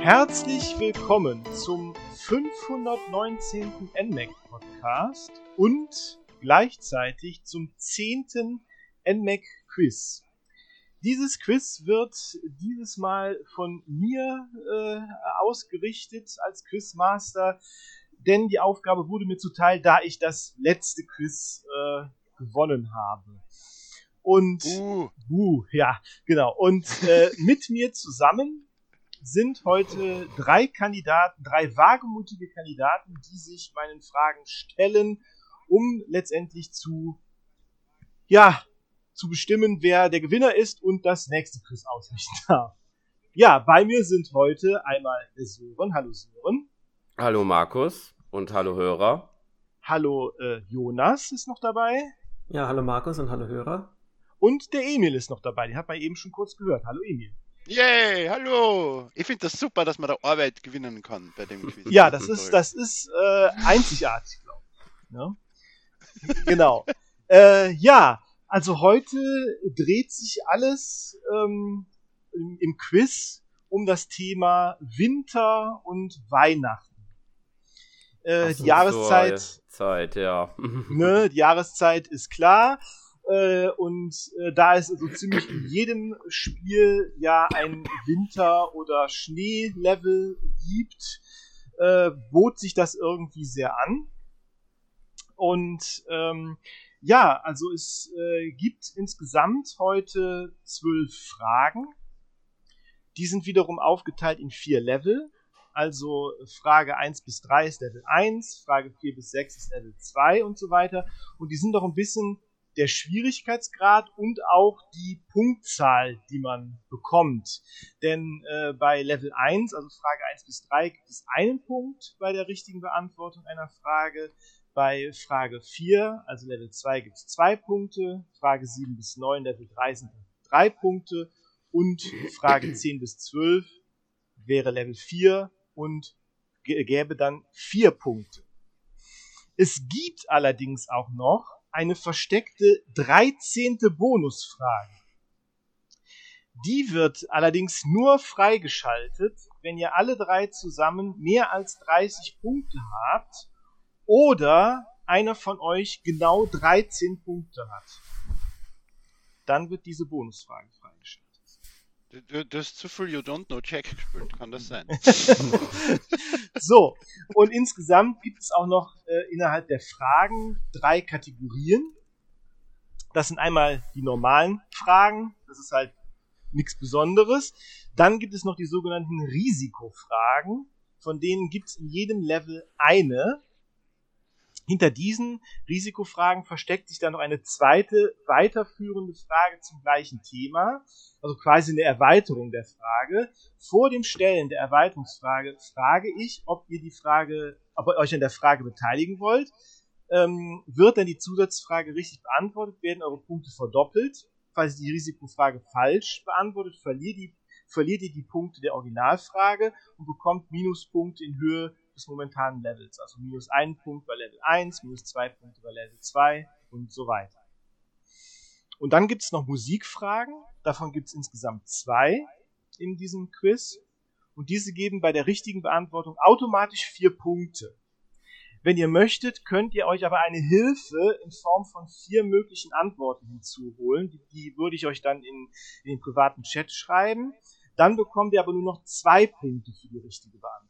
Herzlich willkommen zum 519. NMAC-Podcast und gleichzeitig zum 10. NMAC-Quiz. Dieses Quiz wird dieses Mal von mir ausgerichtet als Quizmaster, denn die Aufgabe wurde mir zuteil, da ich das letzte Quiz gewonnen habe. Und ja, genau. Und mit mir zusammen sind heute drei wagemutige Kandidaten, die sich meinen Fragen stellen, um letztendlich zu bestimmen, wer der Gewinner ist und das nächste Quiz ausrichten darf. Ja, bei mir sind heute einmal der Sören. Hallo Sören. Hallo Markus und hallo Hörer. Hallo Jonas ist noch dabei. Ja, hallo Markus und hallo Hörer. Und der Emil ist noch dabei, den hat man eben schon kurz gehört. Hallo Emil. Yay, hallo! Ich finde das super, dass man da Arbeit gewinnen kann bei dem Quiz. Ja, das ist einzigartig, glaube ich. Ja? Genau. Ja, also heute dreht sich alles im Quiz um das Thema Winter und Weihnachten. Die Jahreszeit, ja. Ne, die Jahreszeit ist klar. Und da es so ziemlich in jedem Spiel ja ein Winter- oder Schneelevel gibt, bot sich das irgendwie sehr an. Und ja, also es gibt insgesamt heute 12 Fragen. Die sind wiederum aufgeteilt in 4 Level. Also Frage 1 bis 3 ist Level 1, Frage 4 bis 6 ist Level 2 und so weiter. Und die sind doch ein bisschen der Schwierigkeitsgrad und auch die Punktzahl, die man bekommt. Denn bei Level 1, also Frage 1 bis 3, gibt es einen Punkt bei der richtigen Beantwortung einer Frage. Bei Frage 4, also Level 2, gibt es 2 Punkte. Frage 7 bis 9, Level 3 sind 3 Punkte. Und Frage 10 bis 12 wäre Level 4 und gäbe dann 4 Punkte. Es gibt allerdings auch noch eine versteckte 13. Bonusfrage. Die wird allerdings nur freigeschaltet, wenn ihr alle 3 zusammen mehr als 30 Punkte habt oder einer von euch genau 13 Punkte hat. Dann wird diese Bonusfrage freigeschaltet. Du hast zu viel You Don't Know Jack gespielt, kann das sein? So, und insgesamt gibt es auch noch innerhalb der Fragen 3 Kategorien. Das sind einmal die normalen Fragen, das ist halt nichts Besonderes. Dann gibt es noch die sogenannten Risikofragen, von denen gibt es in jedem Level eine. Hinter diesen Risikofragen versteckt sich dann noch eine zweite, weiterführende Frage zum gleichen Thema, also quasi eine Erweiterung der Frage. Vor dem Stellen der Erweiterungsfrage frage ich, ob ihr euch an der Frage beteiligen wollt. Wird dann die Zusatzfrage richtig beantwortet, werden eure Punkte verdoppelt. Falls ihr die Risikofrage falsch beantwortet, verliert ihr die Punkte der Originalfrage und bekommt Minuspunkte in Höhe des momentanen Levels. Also minus 1 Punkt bei Level 1, minus 2 Punkte bei Level 2 und so weiter. Und dann gibt es noch Musikfragen. Davon gibt es insgesamt 2 in diesem Quiz. Und diese geben bei der richtigen Beantwortung automatisch 4 Punkte. Wenn ihr möchtet, könnt ihr euch aber eine Hilfe in Form von 4 möglichen Antworten hinzuholen. Die würde ich euch dann in den privaten Chat schreiben. Dann bekommt ihr aber nur noch 2 Punkte für die richtige Beantwortung.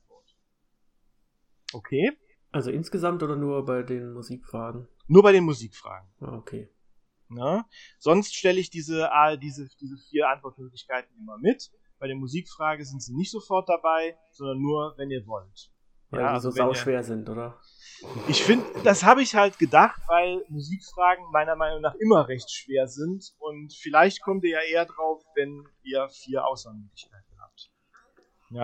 Okay. Also insgesamt oder nur bei den Musikfragen? Nur bei den Musikfragen. Ah, okay. Na? Sonst stelle ich diese 4 Antwortmöglichkeiten immer mit. Bei der Musikfrage sind sie nicht sofort dabei, sondern nur, wenn ihr wollt. Weil die so sauschwer sind, oder? Ich finde, das habe ich halt gedacht, weil Musikfragen meiner Meinung nach immer recht schwer sind und vielleicht kommt ihr ja eher drauf, wenn ihr 4 Auswahlmöglichkeiten habt. Ja?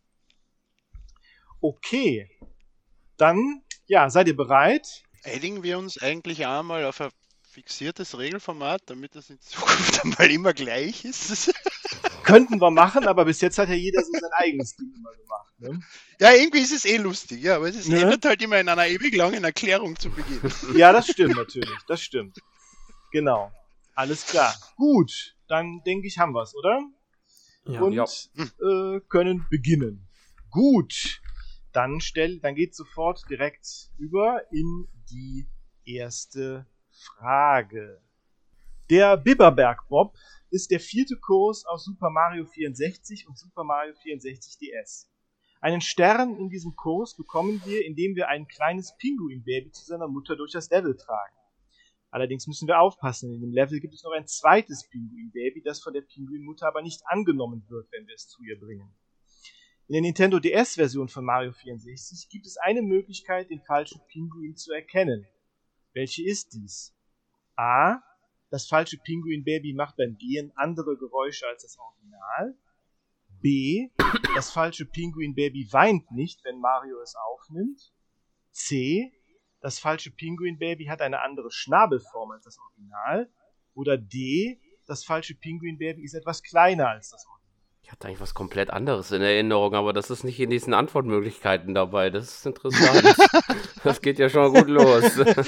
Okay. Dann, ja, seid ihr bereit? Einigen wir uns eigentlich einmal auf ein fixiertes Regelformat, damit das in Zukunft einmal immer gleich ist? Könnten wir machen, aber bis jetzt hat ja jeder so sein eigenes Ding immer gemacht. Ne? Ja, irgendwie ist es lustig, ja, aber es endet halt immer in einer ewig langen Erklärung zu Beginn. Ja, das stimmt natürlich, das stimmt. Genau, alles klar. Gut, dann denke ich, haben wir es, oder? Ja. Und können beginnen. Gut, dann geht sofort direkt über in die erste Frage. Der Bibberberg Bob ist der 4. Kurs aus Super Mario 64 und Super Mario 64 DS. Einen Stern in diesem Kurs bekommen wir, indem wir ein kleines Pinguin-Baby zu seiner Mutter durch das Level tragen. Allerdings müssen wir aufpassen, in dem Level gibt es noch ein zweites Pinguin-Baby, das von der Pinguin-Mutter aber nicht angenommen wird, wenn wir es zu ihr bringen. In der Nintendo DS-Version von Mario 64 gibt es eine Möglichkeit, den falschen Pinguin zu erkennen. Welche ist dies? A. Das falsche Pinguin-Baby macht beim Gehen andere Geräusche als das Original. B. Das falsche Pinguin-Baby weint nicht, wenn Mario es aufnimmt. C. Das falsche Pinguin-Baby hat eine andere Schnabelform als das Original. Oder D. Das falsche Pinguin-Baby ist etwas kleiner als das Original. Ich hatte eigentlich was komplett anderes in Erinnerung, aber das ist nicht in diesen Antwortmöglichkeiten dabei. Das ist interessant. Das geht ja schon gut los.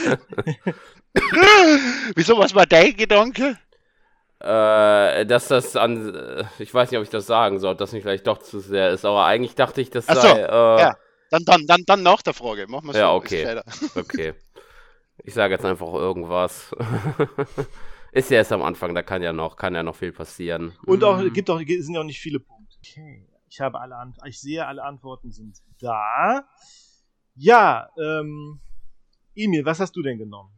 Wieso, was war dein Gedanke? Dass das ich weiß nicht, ob ich das sagen soll, dass nicht vielleicht doch zu sehr ist, aber eigentlich dachte ich, das sei... ja. Dann nach der Frage. Machen wir so. Ja, okay. Okay. Ich sage jetzt einfach irgendwas. Ist ja erst am Anfang, da kann ja noch viel passieren. Und sind ja auch nicht viele Punkte. Okay. Ich sehe, alle Antworten sind da. Ja, Emil, was hast du denn genommen?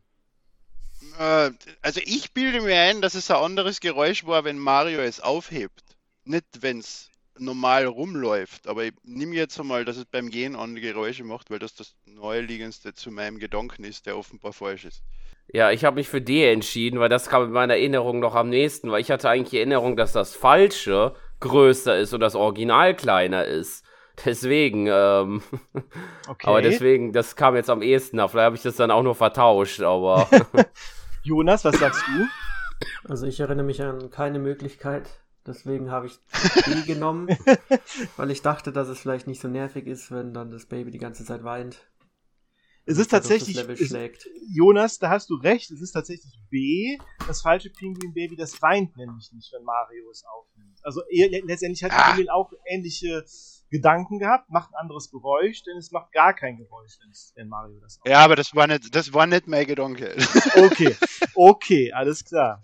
Also ich bilde mir ein, dass es ein anderes Geräusch war, wenn Mario es aufhebt. Nicht, wenn es normal rumläuft. Aber ich nehme jetzt einmal, dass es beim Gehen andere Geräusche macht, weil das Naheliegendste zu meinem Gedanken ist, der offenbar falsch ist. Ja, ich habe mich für D entschieden, weil das kam in meiner Erinnerung noch am nächsten, weil ich hatte eigentlich die Erinnerung, dass das Falsche größer ist und das Original kleiner ist. Deswegen, okay. Aber deswegen, das kam jetzt am ehesten nach. Vielleicht habe ich das dann auch nur vertauscht, aber... Jonas, was sagst du? Also ich erinnere mich an keine Möglichkeit, deswegen habe ich D genommen, weil ich dachte, dass es vielleicht nicht so nervig ist, wenn dann das Baby die ganze Zeit weint. Es ist tatsächlich, Jonas, da hast du recht, es ist tatsächlich B, das falsche Pinguin-Baby, das weint nämlich nicht, wenn Mario es aufnimmt. Also letztendlich hat Emil auch ähnliche Gedanken gehabt, macht ein anderes Geräusch, denn es macht gar kein Geräusch, wenn Mario das aufnimmt. Ja, aber das war nicht mein Gedanke. Okay, alles klar.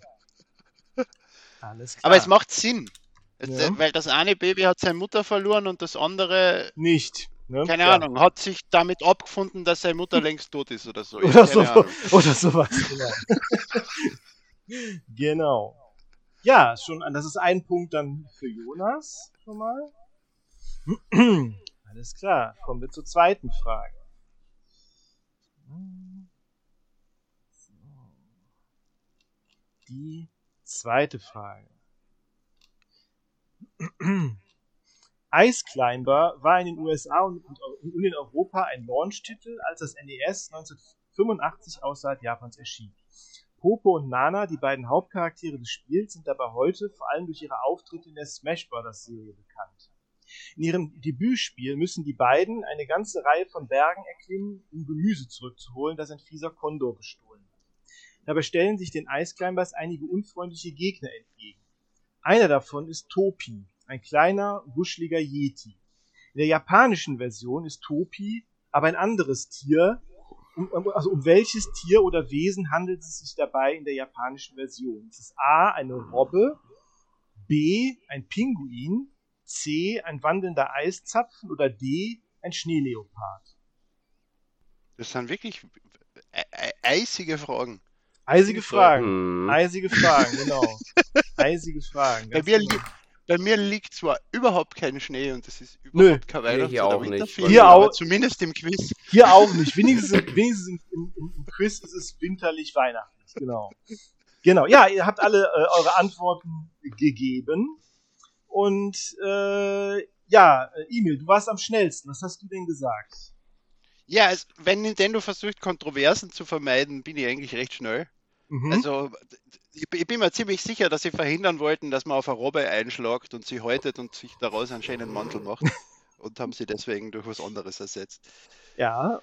Aber es macht Sinn, Ja. weil das eine Baby hat seine Mutter verloren und das andere... Nicht. Ne? Keine Ahnung, hat sich damit abgefunden, dass seine Mutter längst tot ist oder so. Oder sowas, genau. Genau. Ja, das ist ein Punkt dann für Jonas schon mal. Alles klar, kommen wir zur zweiten Frage. Die zweite Frage. Ice Climber war in den USA und in Europa ein Launch-Titel, als das NES 1985 außerhalb Japans erschien. Popo und Nana, die beiden Hauptcharaktere des Spiels, sind dabei heute vor allem durch ihre Auftritte in der Smash Bros. Serie bekannt. In ihrem Debütspiel müssen die beiden eine ganze Reihe von Bergen erklimmen, um Gemüse zurückzuholen, das ein fieser Kondor gestohlen hat. Dabei stellen sich den Ice Climbers einige unfreundliche Gegner entgegen. Einer davon ist Topi, ein kleiner, wuscheliger Yeti. In der japanischen Version ist Topi aber ein anderes Tier. Um welches Tier oder Wesen handelt es sich dabei in der japanischen Version? Es ist A, eine Robbe, B, ein Pinguin, C, ein wandelnder Eiszapfen oder D, ein Schneeleopard. Das sind wirklich eisige Fragen. Eisige Fragen, genau. Eisige Fragen. Bei mir liegt zwar überhaupt kein Schnee und es ist überhaupt kein Weihnachts- oder Winterfilm, hier aber auch, zumindest im Quiz. Hier auch nicht. Wenigstens im Quiz ist es winterlich weihnachtlich. Genau. Ja, ihr habt alle eure Antworten gegeben. Und Emil, du warst am schnellsten. Was hast du denn gesagt? Ja, wenn Nintendo versucht, Kontroversen zu vermeiden, bin ich eigentlich recht schnell. Mhm. Also, ich bin mir ziemlich sicher, dass sie verhindern wollten, dass man auf eine Robbe einschlagt und sie häutet und sich daraus einen schönen Mantel macht. Und haben sie deswegen durch was anderes ersetzt. Ja,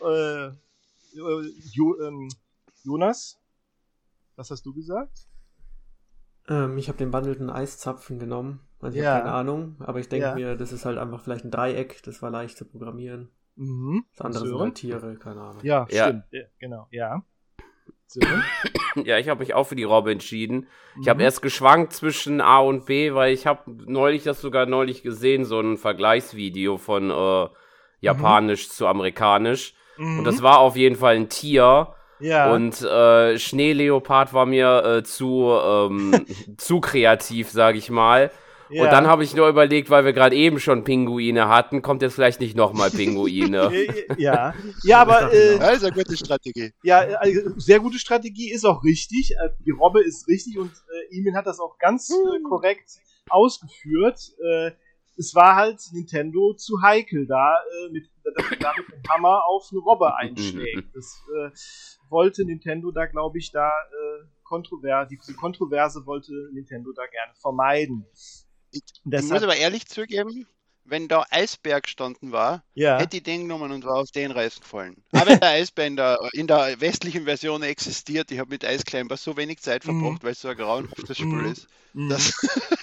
Jonas, was hast du gesagt? Ich habe den wandelnden Eiszapfen genommen. Also ich Ja. habe keine Ahnung, aber ich denke Ja. mir, das ist halt einfach vielleicht ein Dreieck, das war leicht zu programmieren. Mhm. Das andere sind Sören? halt Tiere, keine Ahnung. Ja, Ja. stimmt. Ja, genau, ja. Sören? Ja, ich habe mich auch für die Robbe entschieden. Ich Mhm. habe erst geschwankt zwischen A und B, weil ich habe das sogar neulich gesehen, so ein Vergleichsvideo von Japanisch zu Amerikanisch. Mhm. Und das war auf jeden Fall ein Tier. ja. Und Schneeleopard war mir zu kreativ, sage ich mal. ja. Und dann habe ich nur überlegt, weil wir gerade eben schon Pinguine hatten, kommt jetzt vielleicht nicht nochmal Pinguine. Ja, ja, aber Ja, ist eine gute Strategie. ja, sehr gute Strategie, ist auch richtig. Die Robbe ist richtig und Emin hat das auch ganz korrekt ausgeführt. Es war halt Nintendo zu heikel, damit ein Hammer auf eine Robbe einschlägt. Das wollte Nintendo da, glaube ich, diese Kontroverse wollte Nintendo da gerne vermeiden. Ich Deshalb- muss aber ehrlich zugeben, wenn da Eisbär gestanden war, Ja. hätte ich den genommen und war auf den Reis gefallen. Aber wenn der Eisbär in der westlichen Version existiert, ich habe mit Ice Climber so wenig Zeit verbracht, weil es so ein grauenhaftes Spiel ist. Mhm. Das,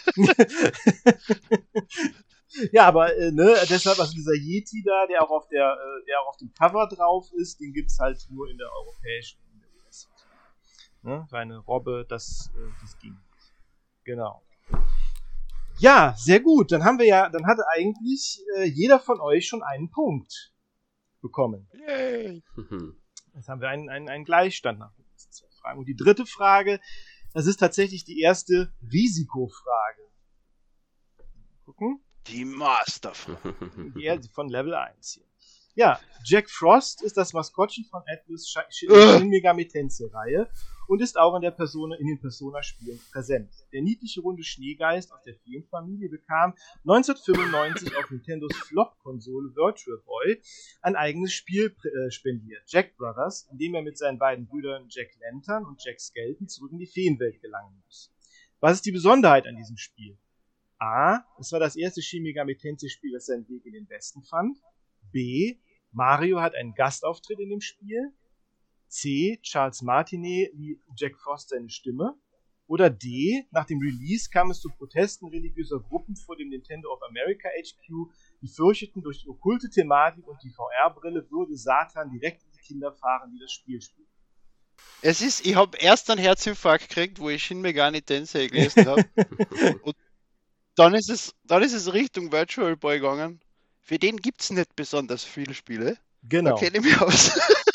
Ja, aber deshalb, also dieser Yeti da, der auch auf dem Cover drauf ist, den gibt's halt nur in der europäischen und in der US. Ne? Weil eine Robbe, das ging nicht. Genau. Ja, sehr gut. Dann hatte eigentlich jeder von euch schon einen Punkt bekommen. yay. Jetzt haben wir einen Gleichstand nach den letzten 2 Fragen. Und die dritte Frage, das ist tatsächlich die erste Risikofrage. Gucken. Die Masterfrage. Die von Level 1 hier. Ja, Jack Frost ist das Maskottchen von Atlus Shin Megami Tensei-Reihe und ist auch in den Persona-Spielen präsent. Der niedliche runde Schneegeist aus der Feenfamilie bekam 1995 auf Nintendos Flop-Konsole Virtual Boy ein eigenes Spiel spendiert, Jack Brothers, in dem er mit seinen beiden Brüdern Jack Lantern und Jack Skelton zurück in die Feenwelt gelangen muss. Was ist die Besonderheit an diesem Spiel? A. Es war das erste Shin Megami Tensei-Spiel, das seinen Weg in den Westen fand. B. Mario hat einen Gastauftritt in dem Spiel. C. Charles Martinet lieh Jack Frost seine Stimme. Oder D. Nach dem Release kam es zu Protesten religiöser Gruppen vor dem Nintendo of America HQ, die fürchteten, durch die okkulte Thematik und die VR-Brille würde Satan direkt in die Kinder fahren, die das Spiel spielen. Ich habe erst einen Herzinfarkt gekriegt, wo ich Shin Megami Tensei gelesen habe. Und dann ist es Richtung Virtual Boy gegangen. Für den gibt es nicht besonders viele Spiele. Genau. Da kenne ich mich aus.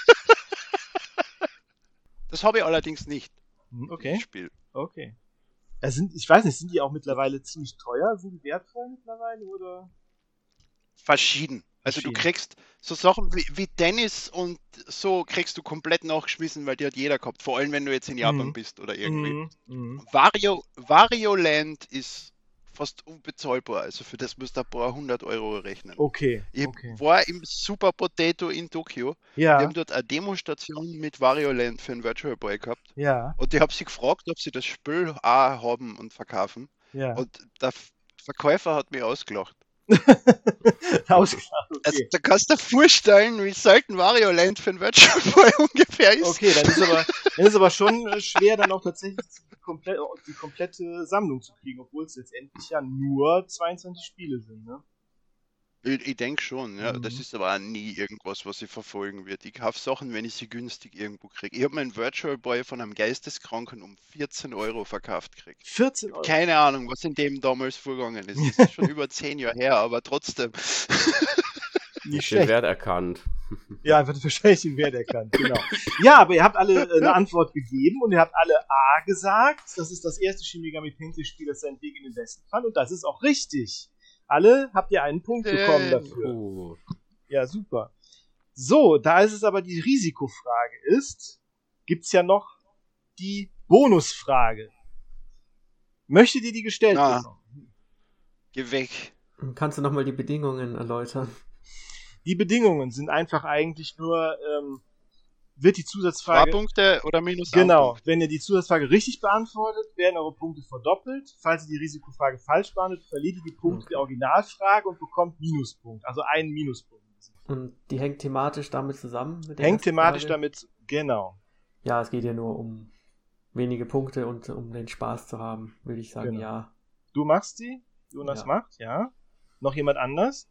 Das habe ich allerdings nicht. Okay. Dieses Spiel. Okay. Ich weiß nicht, sind die auch mittlerweile ziemlich teuer? Sind die wertvoll mittlerweile, oder? Verschieden. Also du kriegst so Sachen wie Tennis und so kriegst du komplett nachgeschmissen, weil die hat jeder gehabt. Vor allem, wenn du jetzt in Japan bist oder irgendwie. Wario Land ist fast unbezahlbar. Also für das musst du ein paar 100 Euro rechnen. Okay. Ich war im Super Potato in Tokio. Ja. Die haben dort eine Demostation mit Wario Land für einen Virtual Boy gehabt. Ja. Und ich habe sie gefragt, ob sie das Spiel auch haben und verkaufen. Ja. Und der Verkäufer hat mich ausgelacht. Ausgedacht, Also, okay. da kannst du dir vorstellen, wie selten Wario Land für einen Virtual Boy ungefähr ist. Okay, dann ist aber schon schwer, dann auch tatsächlich die komplette Sammlung zu kriegen, obwohl es letztendlich ja nur 22 Spiele sind, ne? Ich denke schon, ja. Mhm. Das ist aber auch nie irgendwas, was ich verfolgen wird. Ich kaufe Sachen, wenn ich sie günstig irgendwo kriege. Ich habe meinen Virtual Boy von einem Geisteskranken um 14 Euro verkauft gekriegt. 14 Euro. Keine Ahnung, was in dem damals vorgegangen ist. Das ist schon über 10 Jahre her, aber trotzdem. Nicht Den schlecht. Wert erkannt. Ja, wird wahrscheinlich den Wert erkannt, genau. Ja, aber ihr habt alle eine Antwort gegeben und ihr habt alle A gesagt. Das ist das erste Shin Megami Tensei-Spiel, das seinen Weg in den Westen fand und das ist auch richtig. Alle habt ihr einen Punkt bekommen dafür. Ja, super. So, da ist es aber die Risikofrage ist, gibt's ja noch die Bonusfrage. Möchtet ihr die gestellt bekommen? Geh weg. Kannst du nochmal die Bedingungen erläutern? Die Bedingungen sind einfach eigentlich nur, wird die 2 Zusatzfrage... Punkte oder minus Genau, ein Punkt. wenn ihr die Zusatzfrage richtig beantwortet, werden eure Punkte verdoppelt. Falls ihr die Risikofrage falsch beantwortet, verliert ihr die Punkte der Originalfrage und bekommt Minuspunkt. Also einen Minuspunkt. Und die hängt thematisch damit zusammen? Mit der Hängt ersten thematisch Frage? damit, genau. Ja, es geht ja nur um wenige Punkte und um den Spaß zu haben, würde ich sagen, Genau. ja. Du machst sie? Jonas Ja. macht, ja. Noch jemand anders?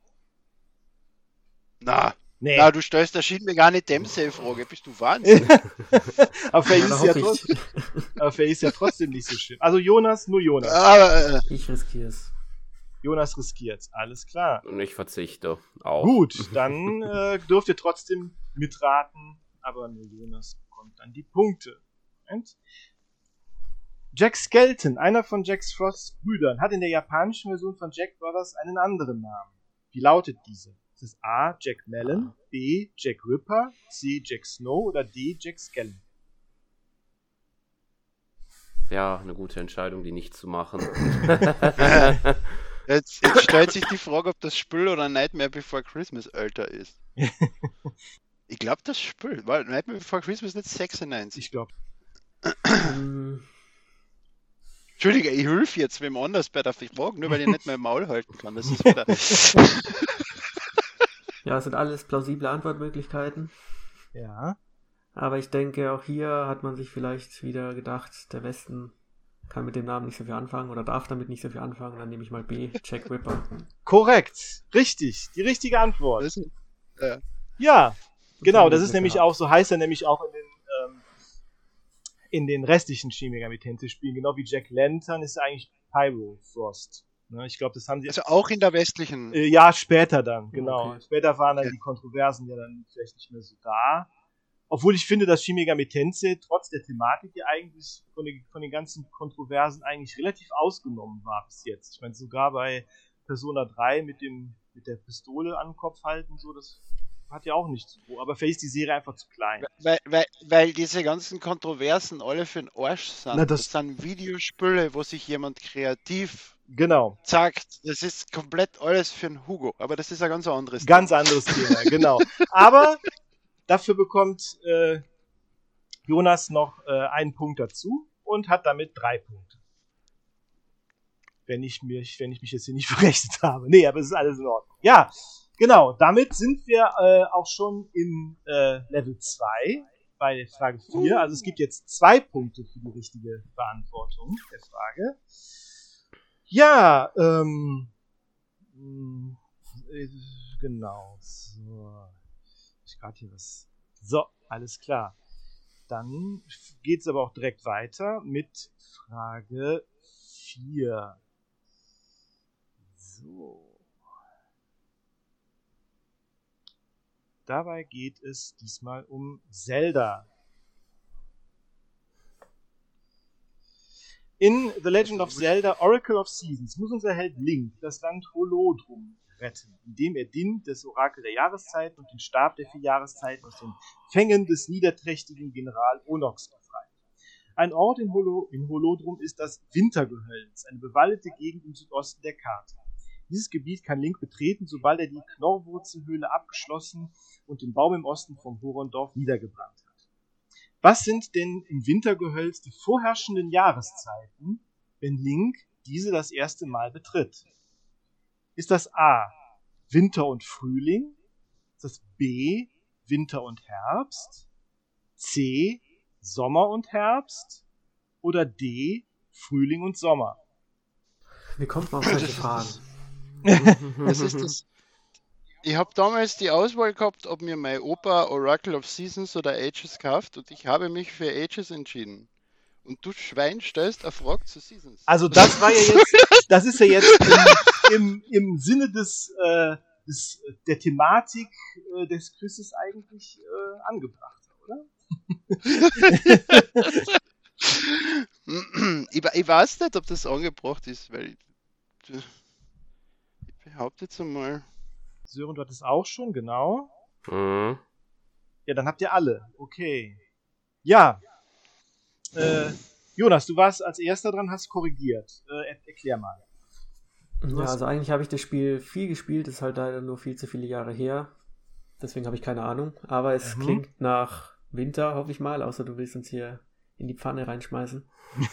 Na, Nee. du stellst der Schied mir gar nicht Dämsee-Frage. Bist du Wahnsinn? Aber vielleicht Ja, ist da ja hoffe ich. trotzdem, aber vielleicht ist ja trotzdem nicht so schlimm. Also Jonas, nur Jonas. Aber, Ich riskiere es. Jonas riskiert. Alles klar. Und ich verzichte auch. Gut, dann dürft ihr trotzdem mitraten, aber nur Jonas bekommt dann die Punkte. Moment. Jack Skelton, einer von Jack Frosts Brüdern, hat in der japanischen Version von Jack Brothers einen anderen Namen. Wie lautet diese? Ist es A. Jack Mellon, B. Jack Ripper, C. Jack Snow oder D. Jack Skellon? Ja, eine gute Entscheidung, die nicht zu machen. jetzt stellt sich die Frage, ob das Spiel oder Nightmare Before Christmas älter ist. Ich glaube, das Spiel, weil Nightmare Before Christmas nicht 96. Ich glaube. Entschuldige, ich helfe jetzt wem anders bei der Frage, nur weil ich nicht mehr im Maul halten kann. Das ist wieder... Ja, es sind alles plausible Antwortmöglichkeiten. Ja. Aber ich denke, auch hier hat man sich vielleicht wieder gedacht, der Westen kann mit dem Namen nicht so viel anfangen oder darf damit nicht so viel anfangen. Dann nehme ich mal B, Jack Ripper. Korrekt. Richtig. Die richtige Antwort. Das ist, Ja. Genau, das ist Glück nämlich gehabt. auch, so heißt er nämlich auch in den restlichen Shin Megami Tensei Spielen, genau wie Jack Lantern ist er eigentlich Pyro Frost. Ne, ich glaube, das haben sie also auch in der westlichen... ja später dann, genau. Okay. Später waren dann Okay. die Kontroversen ja dann vielleicht nicht mehr so da. Obwohl ich finde, dass Shin Megami Tensei trotz der Thematik ja eigentlich von den ganzen Kontroversen eigentlich relativ ausgenommen war bis jetzt. Ich meine, sogar bei Persona 3 mit der Pistole an den Kopf halten, so, das hat ja auch nichts so. Aber vielleicht ist die Serie einfach zu klein. Weil diese ganzen Kontroversen alle für den Arsch sind. Na, das sind Videospiele, wo sich jemand kreativ Genau. sagt. Das ist komplett alles für den Hugo. Aber das ist ein ganz anderes Ganz anderes Thema, genau. Aber dafür bekommt Jonas noch einen Punkt dazu und hat damit 3 Punkte. Wenn ich mich jetzt hier nicht verrechnet habe. Nee, aber es ist alles in Ordnung. Ja, genau. Damit sind wir auch schon im Level 2 bei Frage 4. Also es gibt jetzt 2 Punkte für die richtige Beantwortung der Frage. Ja, genau. So. Ich gerade hier was. So, alles klar. Dann geht's aber auch direkt weiter mit Frage 4. So. Dabei geht es diesmal um Zelda. In The Legend of Zelda Oracle of Seasons muss unser Held Link das Land Holodrum retten, indem er Din, das Orakel der Jahreszeiten und den Stab der 4 Jahreszeiten aus den Fängen des niederträchtigen General Onox befreit. Ein Ort in Holodrum ist das Wintergehölz, eine bewaldete Gegend im Südosten der Karte. Dieses Gebiet kann Link betreten, sobald er die Knorrwurzelhöhle abgeschlossen und den Baum im Osten vom Horondorf niedergebrannt hat. Was sind denn im Wintergehölz die vorherrschenden Jahreszeiten, wenn Link diese das erste Mal betritt? Ist das A. Winter und Frühling? Ist das B. Winter und Herbst? C. Sommer und Herbst? Oder D. Frühling und Sommer? Wie kommt man auf solche Fragen? Das ist das. Ich habe damals die Auswahl gehabt, ob mir mein Opa Oracle of Seasons oder Ages kauft und ich habe mich für Ages entschieden. Und du Schwein stellst eine Frage zu Seasons. Also das war ja jetzt, das ist ja jetzt im Sinne der Thematik des Quizzes eigentlich angebracht, oder? Ich weiß nicht, ob das angebracht ist, weil ich behaupte jetzt einmal. Sören, du hattest auch schon, genau. Mhm. Ja, dann habt ihr alle. Okay. Ja. Jonas, du warst als erster dran, hast korrigiert. Erklär mal. Ja, also eigentlich habe ich das Spiel viel gespielt, ist halt leider nur viel zu viele Jahre her. Deswegen habe ich keine Ahnung. Aber es klingt nach Winter, hoffe ich mal, außer du willst uns hier in die Pfanne reinschmeißen.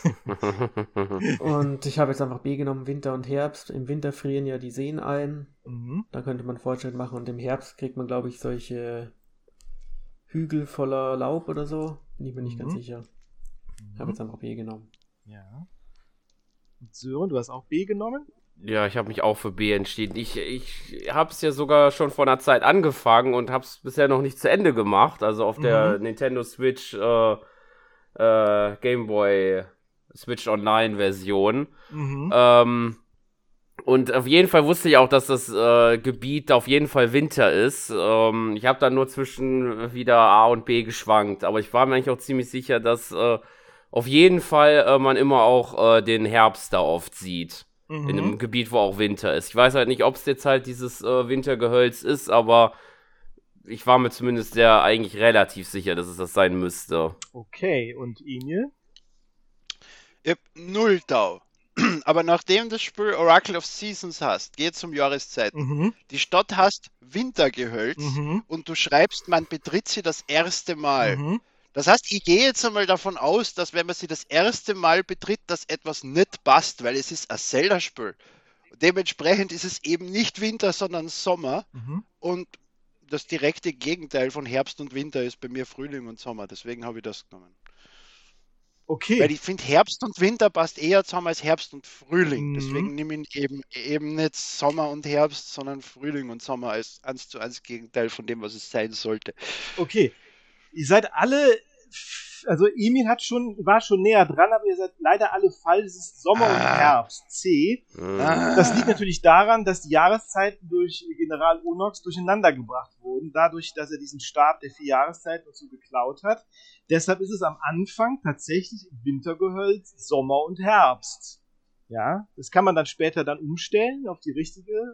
Und ich habe jetzt einfach B genommen, Winter und Herbst. Im Winter frieren ja die Seen ein. Mhm. Da könnte man Fortschritt machen. Und im Herbst kriegt man, glaube ich, solche Hügel voller Laub oder so. Bin ich mir nicht ganz sicher. Ich habe jetzt einfach B genommen. Ja. Und Sören, du hast auch B genommen? Ja, ich habe mich auch für B entschieden. Ich habe es ja sogar schon vor einer Zeit angefangen und habe es bisher noch nicht zu Ende gemacht. Also auf der Nintendo Switch Game Boy Switch Online Version. Und auf jeden Fall wusste ich auch, dass das Gebiet auf jeden Fall Winter ist. Ich habe dann nur zwischen wieder A und B geschwankt. Aber ich war mir eigentlich auch ziemlich sicher, dass auf jeden Fall man immer auch den Herbst da oft sieht. In einem Gebiet, wo auch Winter ist. Ich weiß halt nicht, ob es jetzt halt dieses Wintergehölz ist, aber ich war mir zumindest eigentlich relativ sicher, dass es das sein müsste. Okay, und Emil? Ich hab 0 Tau. Aber nachdem das Spiel Oracle of Seasons hast, geht es um Jahreszeiten. Die Stadt hast Wintergehölz und du schreibst, man betritt sie das erste Mal. Das heißt, ich gehe jetzt einmal davon aus, dass wenn man sie das erste Mal betritt, dass etwas nicht passt, weil es ist ein Zelda-Spiel. Dementsprechend ist es eben nicht Winter, sondern Sommer. Und das direkte Gegenteil von Herbst und Winter ist bei mir Frühling und Sommer. Deswegen habe ich das genommen. Okay. Weil ich finde, Herbst und Winter passt eher zusammen als Herbst und Frühling. Deswegen nehme ich eben nicht Sommer und Herbst, sondern Frühling und Sommer als 1:1 Gegenteil von dem, was es sein sollte. Okay. Ihr seid alle, also Emil war schon näher dran, aber ihr seid leider alle falsch. Es ist Sommer und Herbst, C. Das liegt natürlich daran, dass die Jahreszeiten durch General Unox durcheinander gebracht wurden, dadurch, dass er diesen Stab der 4 Jahreszeiten und so geklaut hat. Deshalb ist es am Anfang tatsächlich Wintergehölz, Sommer und Herbst. Ja, das kann man dann später dann umstellen auf die richtige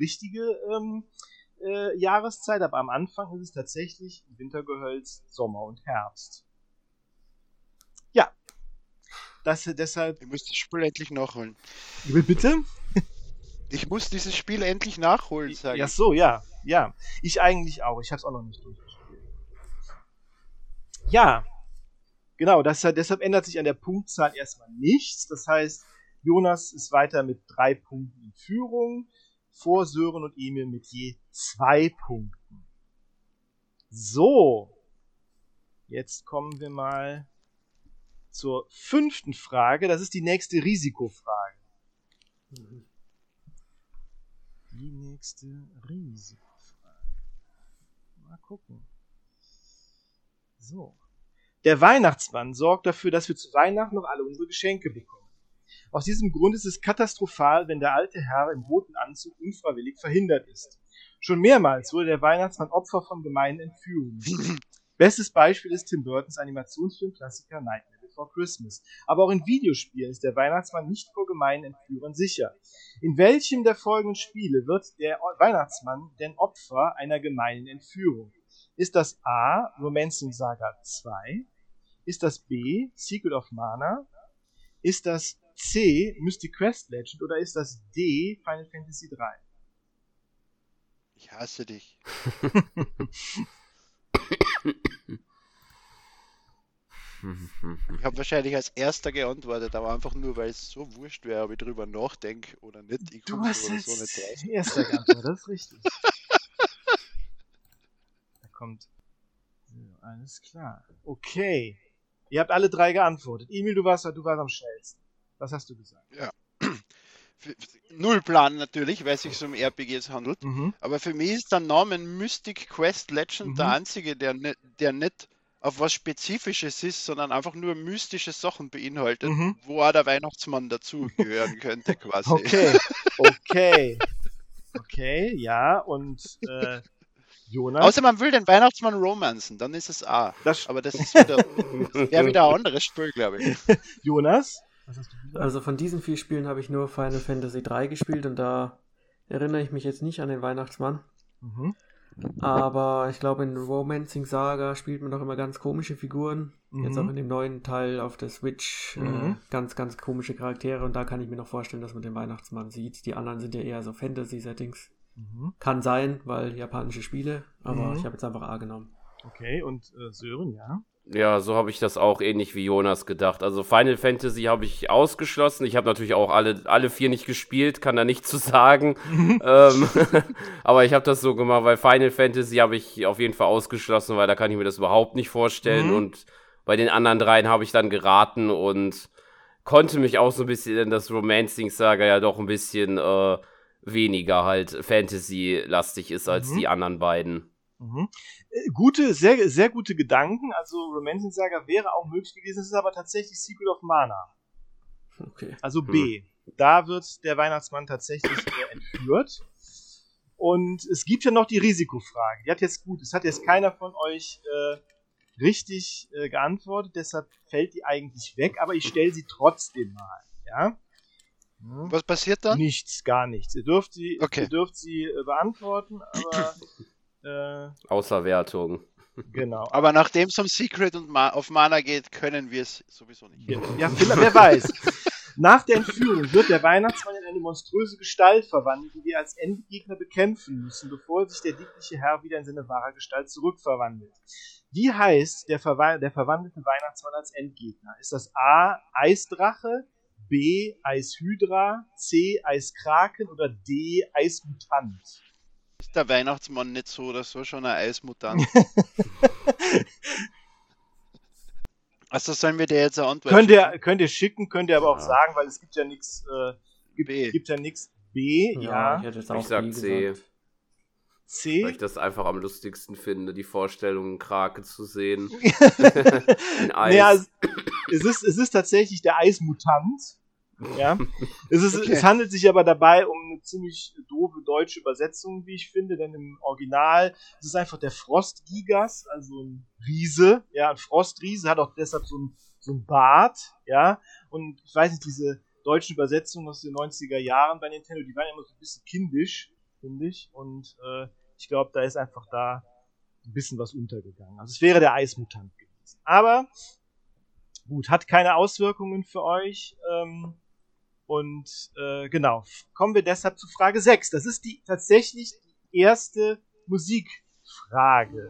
Jahreszeit, aber am Anfang ist es tatsächlich Wintergehölz, Sommer und Herbst. Ja. Deshalb. Ich muss das Spiel endlich nachholen. Bitte? Ich muss dieses Spiel endlich nachholen, sage ich. Ja, so, ja. Ja. Ich eigentlich auch. Ich hab's auch noch nicht durchgespielt. Ja. Genau, deshalb ändert sich an der Punktzahl erstmal nichts. Das heißt, Jonas ist weiter mit 3 Punkten in Führung. Vor Sören und Emil mit je 2 Punkten. So. Jetzt kommen wir mal zur 5. Frage. Das ist die nächste Risikofrage. Die nächste Risikofrage. Mal gucken. So. Der Weihnachtsmann sorgt dafür, dass wir zu Weihnachten noch alle unsere Geschenke bekommen. Aus diesem Grund ist es katastrophal, wenn der alte Herr im roten Anzug unfreiwillig verhindert ist. Schon mehrmals wurde der Weihnachtsmann Opfer von gemeinen Entführungen. Bestes Beispiel ist Tim Burtons Animationsfilm-Klassiker Nightmare Before Christmas. Aber auch in Videospielen ist der Weihnachtsmann nicht vor gemeinen Entführern sicher. In welchem der folgenden Spiele wird der Weihnachtsmann denn Opfer einer gemeinen Entführung? Ist das A. Romancing Saga 2? Ist das B. Secret of Mana? Ist das C. Mystic Quest Legend oder ist das D. Final Fantasy 3? Ich hasse dich. Ich habe wahrscheinlich als erster geantwortet, aber einfach nur, weil es so wurscht wäre, ob ich drüber nachdenke oder nicht. Ich Du komme hast so oder als so nicht raus. erster geantwortet, das ist richtig. Da kommt. Ja, alles klar. Okay. Ihr habt alle 3 geantwortet. Emil, du warst am schnellsten. Was hast du gesagt? Ja. Null Plan natürlich, weil es sich so um RPGs handelt. Aber für mich ist der Name Mystic Quest Legend der einzige, der nicht auf was Spezifisches ist, sondern einfach nur mystische Sachen beinhaltet, wo auch der Weihnachtsmann dazugehören könnte quasi. Okay, ja, und Jonas? Außer man will den Weihnachtsmann romanzen, dann ist es A. Aber das ist wäre wieder ein anderes Spiel, glaube ich. Jonas? Was hast du gesagt? Also von diesen 4 Spielen habe ich nur Final Fantasy 3 gespielt und da erinnere ich mich jetzt nicht an den Weihnachtsmann. Aber ich glaube, in Romancing Saga spielt man doch immer ganz komische Figuren. Jetzt auch in dem neuen Teil auf der Switch ganz, ganz komische Charaktere und da kann ich mir noch vorstellen, dass man den Weihnachtsmann sieht. Die anderen sind ja eher so Fantasy-Settings. Kann sein, weil japanische Spiele, aber ich habe jetzt einfach A genommen. Okay, und Sören, ja? Ja, so habe ich das auch ähnlich wie Jonas gedacht. Also Final Fantasy habe ich ausgeschlossen. Ich habe natürlich auch alle 4 nicht gespielt, kann da nichts zu sagen. Aber ich habe das so gemacht, weil Final Fantasy habe ich auf jeden Fall ausgeschlossen, weil da kann ich mir das überhaupt nicht vorstellen. Und bei den anderen dreien habe ich dann geraten und konnte mich auch so ein bisschen in das Romancing-Saga ja doch ein bisschen weniger halt Fantasy-lastig ist als die anderen beiden. Sehr, sehr gute Gedanken. Also Romancing Saga wäre auch möglich gewesen. Es ist aber tatsächlich Secret of Mana. Okay. Also B. Da wird der Weihnachtsmann tatsächlich entführt. Und es gibt ja noch die Risikofrage. Es hat jetzt keiner von euch richtig geantwortet, deshalb fällt die eigentlich weg, aber ich stelle sie trotzdem mal. Ja? Was passiert dann? Nichts, gar nichts. Ihr dürft sie beantworten, aber Außer Wertung. Genau. Aber nachdem es um Secret und of Mana geht, können wir es sowieso nicht. Ja, wer weiß. Nach der Entführung wird der Weihnachtsmann in eine monströse Gestalt verwandelt, die wir als Endgegner bekämpfen müssen, bevor sich der dickliche Herr wieder in seine wahre Gestalt zurückverwandelt. Wie heißt der verwandelte Weihnachtsmann als Endgegner? Ist das A. Eisdrache, B. Eishydra, C. Eiskraken oder D. Eismutant? Ist der Weihnachtsmann nicht so oder so schon ein Eismutant? Also sollen wir dir jetzt eine Antwort könnt ihr schicken, könnt ihr aber auch sagen, weil es gibt ja nichts B, ja. Ich sag C. C? Weil ich das einfach am lustigsten finde, die Vorstellung, einen Krake zu sehen. In Eis. Naja, es ist tatsächlich der Eismutant. Ja. Es handelt sich aber dabei um eine ziemlich doofe deutsche Übersetzung, wie ich finde, denn im Original ist es einfach der Frostgigas, also ein Riese, ja, ein Frostriese, hat auch deshalb so ein Bart, ja, und ich weiß nicht, diese deutschen Übersetzungen aus den 90er Jahren bei Nintendo, die waren immer so ein bisschen kindisch, finde ich, und ich glaube, da ist einfach da ein bisschen was untergegangen. Also es wäre der Eismutant gewesen. Aber gut, hat keine Auswirkungen für euch, genau, kommen wir deshalb zu Frage 6. Das ist tatsächlich die erste Musikfrage.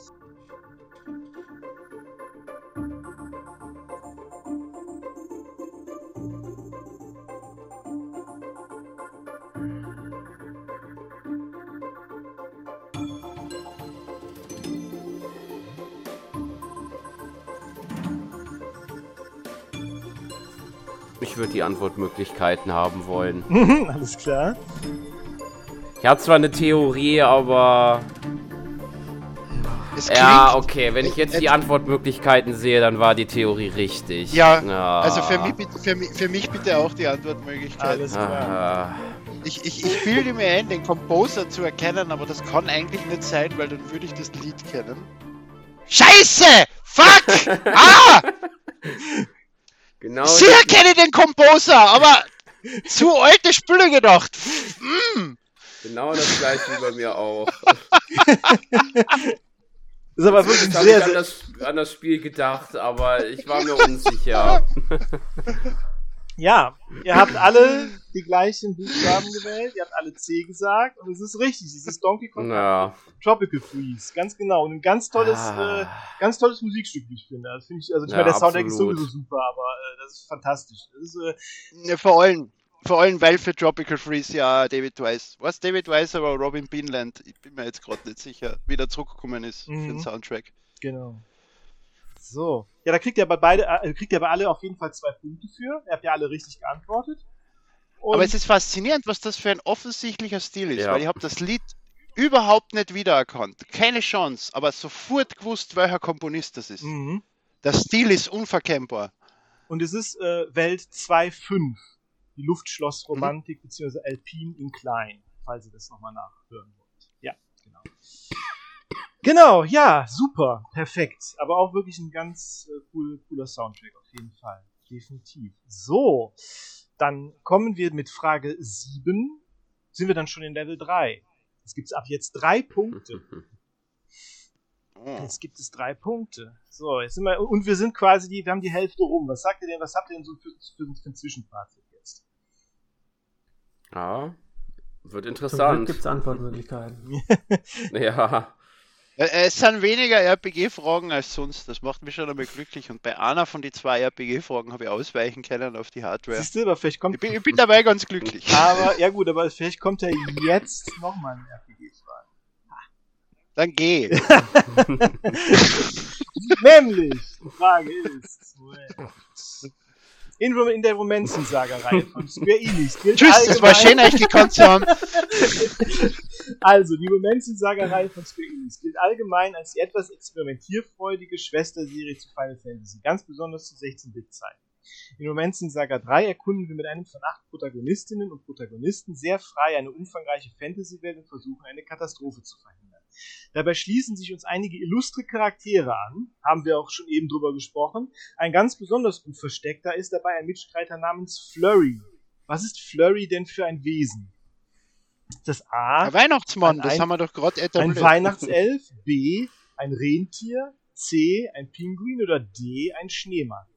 Ich würde die Antwortmöglichkeiten haben wollen. Alles klar. Ich habe zwar eine Theorie, aber... Ja, okay, wenn ich jetzt die Antwortmöglichkeiten sehe, dann war die Theorie richtig. Ja. Also für mich bitte auch die Antwortmöglichkeiten. Alles klar. Ich bilde mir ein, den Composer zu erkennen, aber das kann eigentlich nicht sein, weil dann würde ich das Lied kennen. Scheiße! Fuck! Genau. Sicher kenne ich den Composer, aber zu alte Spiele gedacht. Genau das gleiche wie bei mir auch. Ist aber wirklich ich habe an das Spiel gedacht, aber ich war mir unsicher. Ja, ihr habt alle die gleichen Buchstaben gewählt, ihr habt alle C gesagt und es ist richtig, es ist Donkey Kong Tropical Freeze, ganz genau. Und ein ganz tolles Musikstück, wie ich finde. Das finde ich, also ich meine, der Soundtrack ist sowieso super, aber das ist fantastisch. Das ist, vor allem, weil für Tropical Freeze ja David Wise, David Wise aber Robin Beanland, ich bin mir jetzt gerade nicht sicher, wieder zurückgekommen ist für den Soundtrack. Genau. So. Ja, da kriegt ihr aber alle auf jeden Fall 2 Punkte für. Ihr habt ja alle richtig geantwortet. Aber es ist faszinierend, was das für ein offensichtlicher Stil ist, weil ich habe das Lied überhaupt nicht wiedererkannt. Keine Chance, aber sofort gewusst, welcher Komponist das ist. Der Stil ist unverkennbar. Und es ist Welt 2.5. Die Luftschlossromantik bzw. Alpine in Klein, falls ihr das nochmal nachhören wollt. Ja, genau. Genau, ja, super, perfekt. Aber auch wirklich ein ganz cooler Soundtrack, auf jeden Fall. Definitiv. So, dann kommen wir mit Frage 7. Sind wir dann schon in Level 3. Es gibt ab jetzt 3 Punkte. Jetzt gibt es 3 Punkte. So, jetzt sind wir, und wir sind quasi wir haben die Hälfte rum. Was habt ihr denn so für ein Zwischenfazit jetzt? Ja, wird interessant. Zum Glück gibt es Antwortmöglichkeiten. Ja. Es sind weniger RPG-Fragen als sonst. Das macht mich schon einmal glücklich. Und bei einer von den 2 RPG-Fragen habe ich ausweichen können auf die Hardware. Siehst du, aber vielleicht kommt... Ich bin dabei ganz glücklich. Aber, ja gut, aber vielleicht kommt ja jetzt nochmal eine RPG-Frage. Dann geh. Nämlich, die Frage ist, in der Romanzen-Saga-Reihe von Square Enix gilt Tschüss, das war schön, euch gekannt zu haben. Also, die Romanzen-Saga-Reihe von Square Enix gilt allgemein als die etwas experimentierfreudige Schwesterserie zu Final Fantasy, ganz besonders zu 16-Bit-Zeiten. In Romancing Saga 3 erkunden wir mit einem von 8 Protagonistinnen und Protagonisten sehr frei eine umfangreiche Fantasy-Welt und versuchen, eine Katastrophe zu verhindern. Dabei schließen sich uns einige illustre Charaktere an, haben wir auch schon eben drüber gesprochen. Ein ganz besonders gut versteckter ist dabei ein Mitstreiter namens Flurry. Was ist Flurry denn für ein Wesen? Das A. Der Weihnachtsmann, das haben wir doch gerade etabliert. Ein Weihnachtself, B. Ein Rentier, C. Ein Pinguin oder D. Ein Schneemann.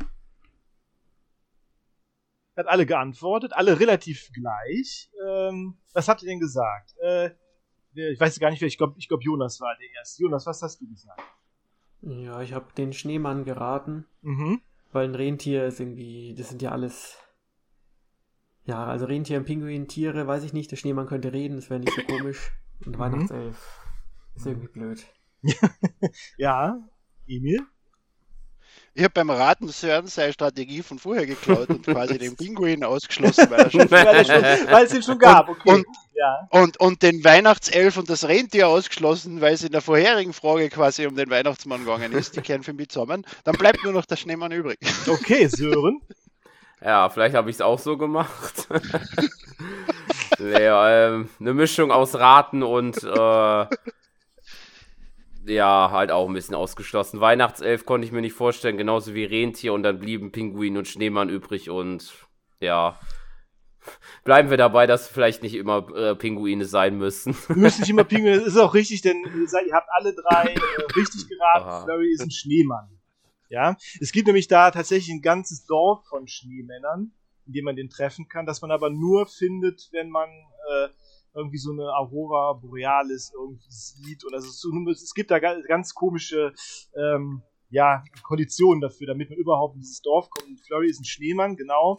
Hat alle geantwortet, alle relativ gleich. Was habt ihr denn gesagt? Ich weiß gar nicht, wer, ich glaube Jonas war der Erste. Jonas, was hast du gesagt? Ja, ich habe den Schneemann geraten, weil ein Rentier ist irgendwie, das sind ja alles, ja, also Rentier und Pinguin, Tiere, weiß ich nicht, der Schneemann könnte reden, das wäre nicht so komisch. Und Weihnachtself ist irgendwie blöd. Ja, Emil? Ich habe beim Raten Sören seine Strategie von vorher geklaut und quasi den Pinguin ausgeschlossen, weil es ihn schon gab, okay. Und den Weihnachtself und das Rentier ausgeschlossen, weil es in der vorherigen Frage quasi um den Weihnachtsmann gegangen ist. Die kehren für mich zusammen. Dann bleibt nur noch der Schneemann übrig. Okay, Sören. Ja, vielleicht habe ich es auch so gemacht. Eine Mischung aus Raten und ja, halt auch ein bisschen ausgeschlossen. Weihnachtself konnte ich mir nicht vorstellen, genauso wie Rentier, und dann blieben Pinguin und Schneemann übrig und ja, bleiben wir dabei, dass vielleicht nicht immer Pinguine sein müssen. Müssen nicht immer Pinguine, das ist auch richtig, denn ihr habt alle drei richtig geraten, Flurry ist ein Schneemann. Ja, es gibt nämlich da tatsächlich ein ganzes Dorf von Schneemännern, in dem man den treffen kann, das man aber nur findet, wenn man irgendwie so eine Aurora Borealis irgendwie sieht. Und also es gibt da ganz komische Konditionen dafür, damit man überhaupt in dieses Dorf kommt. Und Flurry ist ein Schneemann, genau.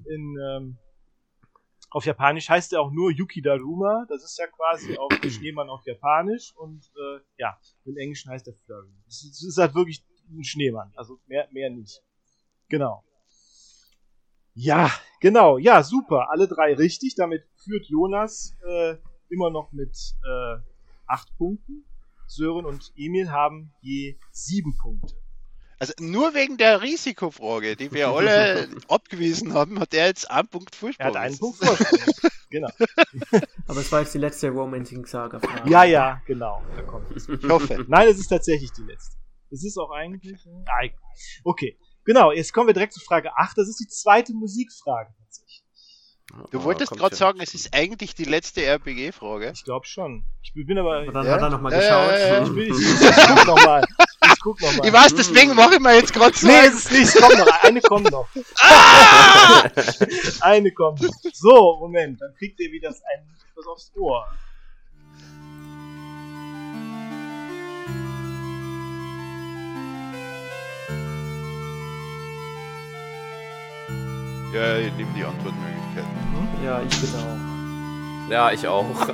Auf Japanisch heißt er auch nur Yukidaruma. Das ist ja quasi auch der Schneemann auf Japanisch. Und im Englischen heißt er Flurry. Es ist halt wirklich ein Schneemann. Also mehr nicht. Genau. Ja, genau. Ja, super. Alle drei richtig. Damit führt Jonas immer noch mit 8 Punkten. Sören und Emil haben je 7 Punkte. Also nur wegen der Risikofrage, die wir alle abgewiesen haben, hat er jetzt einen Punkt Vorsprung. Er hat einen Punkt Vorsprung. Genau. Aber es war jetzt die letzte Romancing-Saga-Frage. Ja, genau. Da kommt es. Ich hoffe. Nein, es ist tatsächlich die letzte. Es ist auch eigentlich... Okay. Genau, jetzt kommen wir direkt zu Frage 8. Das ist die zweite Musikfrage tatsächlich. Du wolltest gerade sagen, es ist eigentlich die letzte RPG-Frage. Ich glaube schon. Ich bin aber... Und dann hat er nochmal geschaut. Ich guck noch mal. Ich weiß, deswegen mache ich mir jetzt gerade so. Nee, ist es nicht. Eine kommt noch. Eine kommt noch. So, Moment. Dann kriegt ihr wieder etwas aufs Ohr. Ja, ich nehme die Antwortmöglichkeit. Ja, ich bitte auch. Ja, ich auch.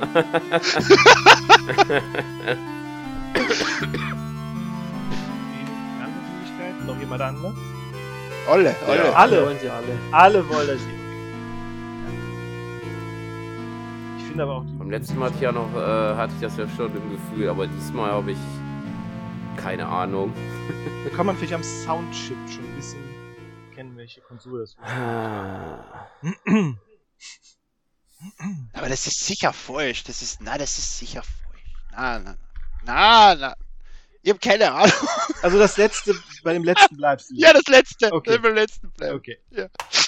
Noch jemand anderes? Alle. Alle wollen sie alle. Alle wollen das. Ich finde aber auch Beim letzten Mal hatte ich das ja schon im Gefühl, aber diesmal habe ich keine Ahnung. Kann man vielleicht am Soundchip schon ein bisschen kennen, welche Konsole das ist. Aber das ist sicher falsch. Das ist sicher falsch. Na. Ich habe keine Ahnung. Also das letzte, bei dem letzten bleibst du. Ja, das letzte. Okay. Beim letzten bleiben. Okay. Ja.